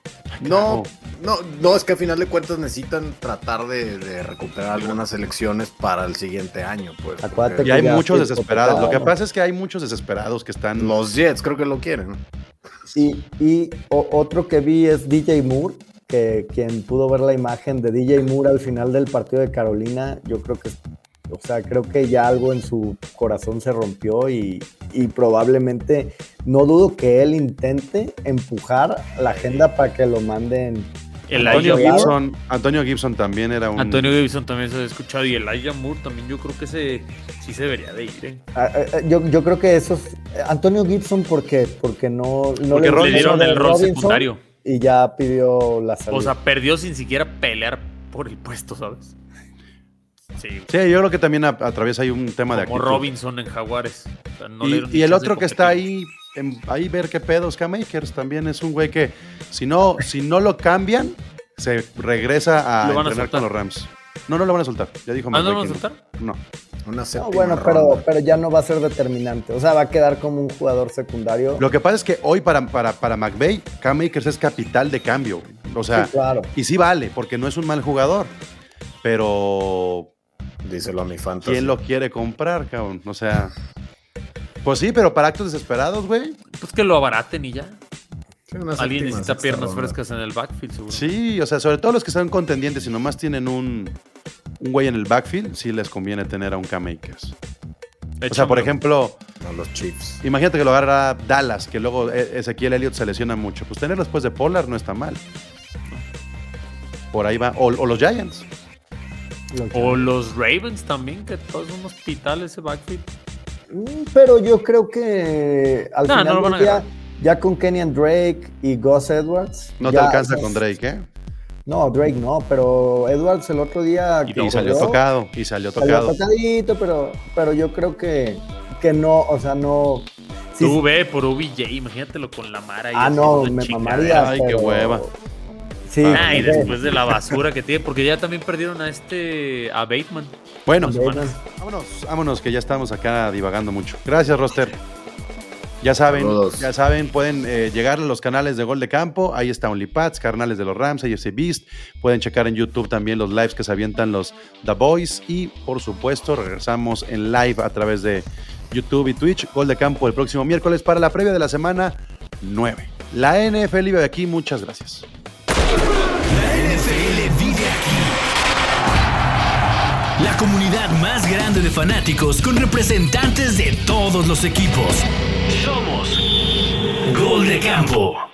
No, no, no, es que a final de cuentas necesitan tratar de, de recuperar algunas elecciones para el siguiente año, pues. Acuérdate porque Y hay ya muchos estoy desesperados. Lo que hipotecado. pasa es que hay muchos desesperados que están. Los Jets creo que lo quieren. Y, y o- otro que vi es D J Moore, que quien pudo ver la imagen de D J Moore al final del partido de Carolina, yo creo que, o sea, creo que ya algo en su corazón se rompió y, y probablemente, no dudo que él intente empujar la agenda para que lo manden. El Antonio Elijah Gibson, Antonio Gibson también era un. Antonio Gibson también se ha escuchado y Elijah Moore también yo creo que se, sí se debería de ir. ¿eh? Ah, ah, Yo, yo creo que esos. Antonio Gibson, ¿por qué? Porque no, no Porque le Robinson- Le dieron de el rol Robinson secundario. y ya pidió la salida. O sea, perdió sin siquiera pelear por el puesto, ¿sabes? Sí. Sí, yo creo que también a, a través hay un tema de Como actitud. Robinson en Jaguares. O sea, no le dieron Y, ni y el chance otro de que está competir. ahí, en- ahí ver qué pedos, K-Makers también es un güey que si no, si no lo cambian, se regresa a Lo van a entrenar soltar. con los Rams. No, no lo van a soltar. Ya dijo ¿Ah, no McVay lo van a que soltar? No. Una No, séptima bueno, pero, ronda. pero ya no va a ser determinante. O sea, va a quedar como un jugador secundario. Lo que pasa es que hoy para, para, para McVay, K-Makers es capital de cambio. O sea, Sí, claro. y sí vale, porque no es un mal jugador. Pero Díselo a mi fantasy. ¿quién lo quiere comprar, cabrón? O sea, pues sí, pero para actos desesperados, güey. Pues que lo abaraten y ya. Sí, una Alguien séptima, necesita sexta piernas ronda. frescas en el backfield, seguro. Sí, o sea, sobre todo los que están contendientes y nomás tienen un, un güey en el backfield, sí les conviene tener a un K-Makers. O sea, por Échamelo. ejemplo, No, los Chiefs. imagínate que lo agarra Dallas, que luego E- Ezequiel Elliott se lesiona mucho. Pues tenerlo después de Pollard no está mal. Por ahí va. O, o los Giants. Lo que- O los Ravens también, que todos son un hospital ese backfield. Mm, Pero yo creo que al No, final no lo van del a día, agarrar. ya con Kenyan Drake y Gus Edwards. No ya, te alcanza o sea, con Drake, ¿eh? No, Drake no, pero Edwards el otro día Y que Y salió corrió, tocado, y salió salió tocado. tocadito, pero, pero yo creo que, que no, o sea, no. sí- Tú ve por O B J, imagínatelo con la Mara. y ah, haciendo no, una me chingadera. mamaría. Ay, qué pero- hueva. Sí, Ah, y no sé. después de la basura que tiene, porque ya también perdieron a este, a Bateman. Bueno, Dos Bateman. semanas. vámonos, vámonos, que ya estamos acá divagando mucho. Gracias, Roster. Ya saben, Saludos. ya saben, pueden eh, llegar a los canales de Gol de Campo. Ahí está OnlyPats, Carnales de los Rams, A F C Beast. Pueden checar en YouTube también los lives que se avientan los The Boys. Y por supuesto, regresamos en live a través de YouTube y Twitch. Gol de Campo el próximo miércoles para la previa de la semana nueve. La N F L vive aquí. Muchas gracias. La N F L vive aquí. La comunidad más grande de fanáticos con representantes de todos los equipos. Somos Gol de Campo.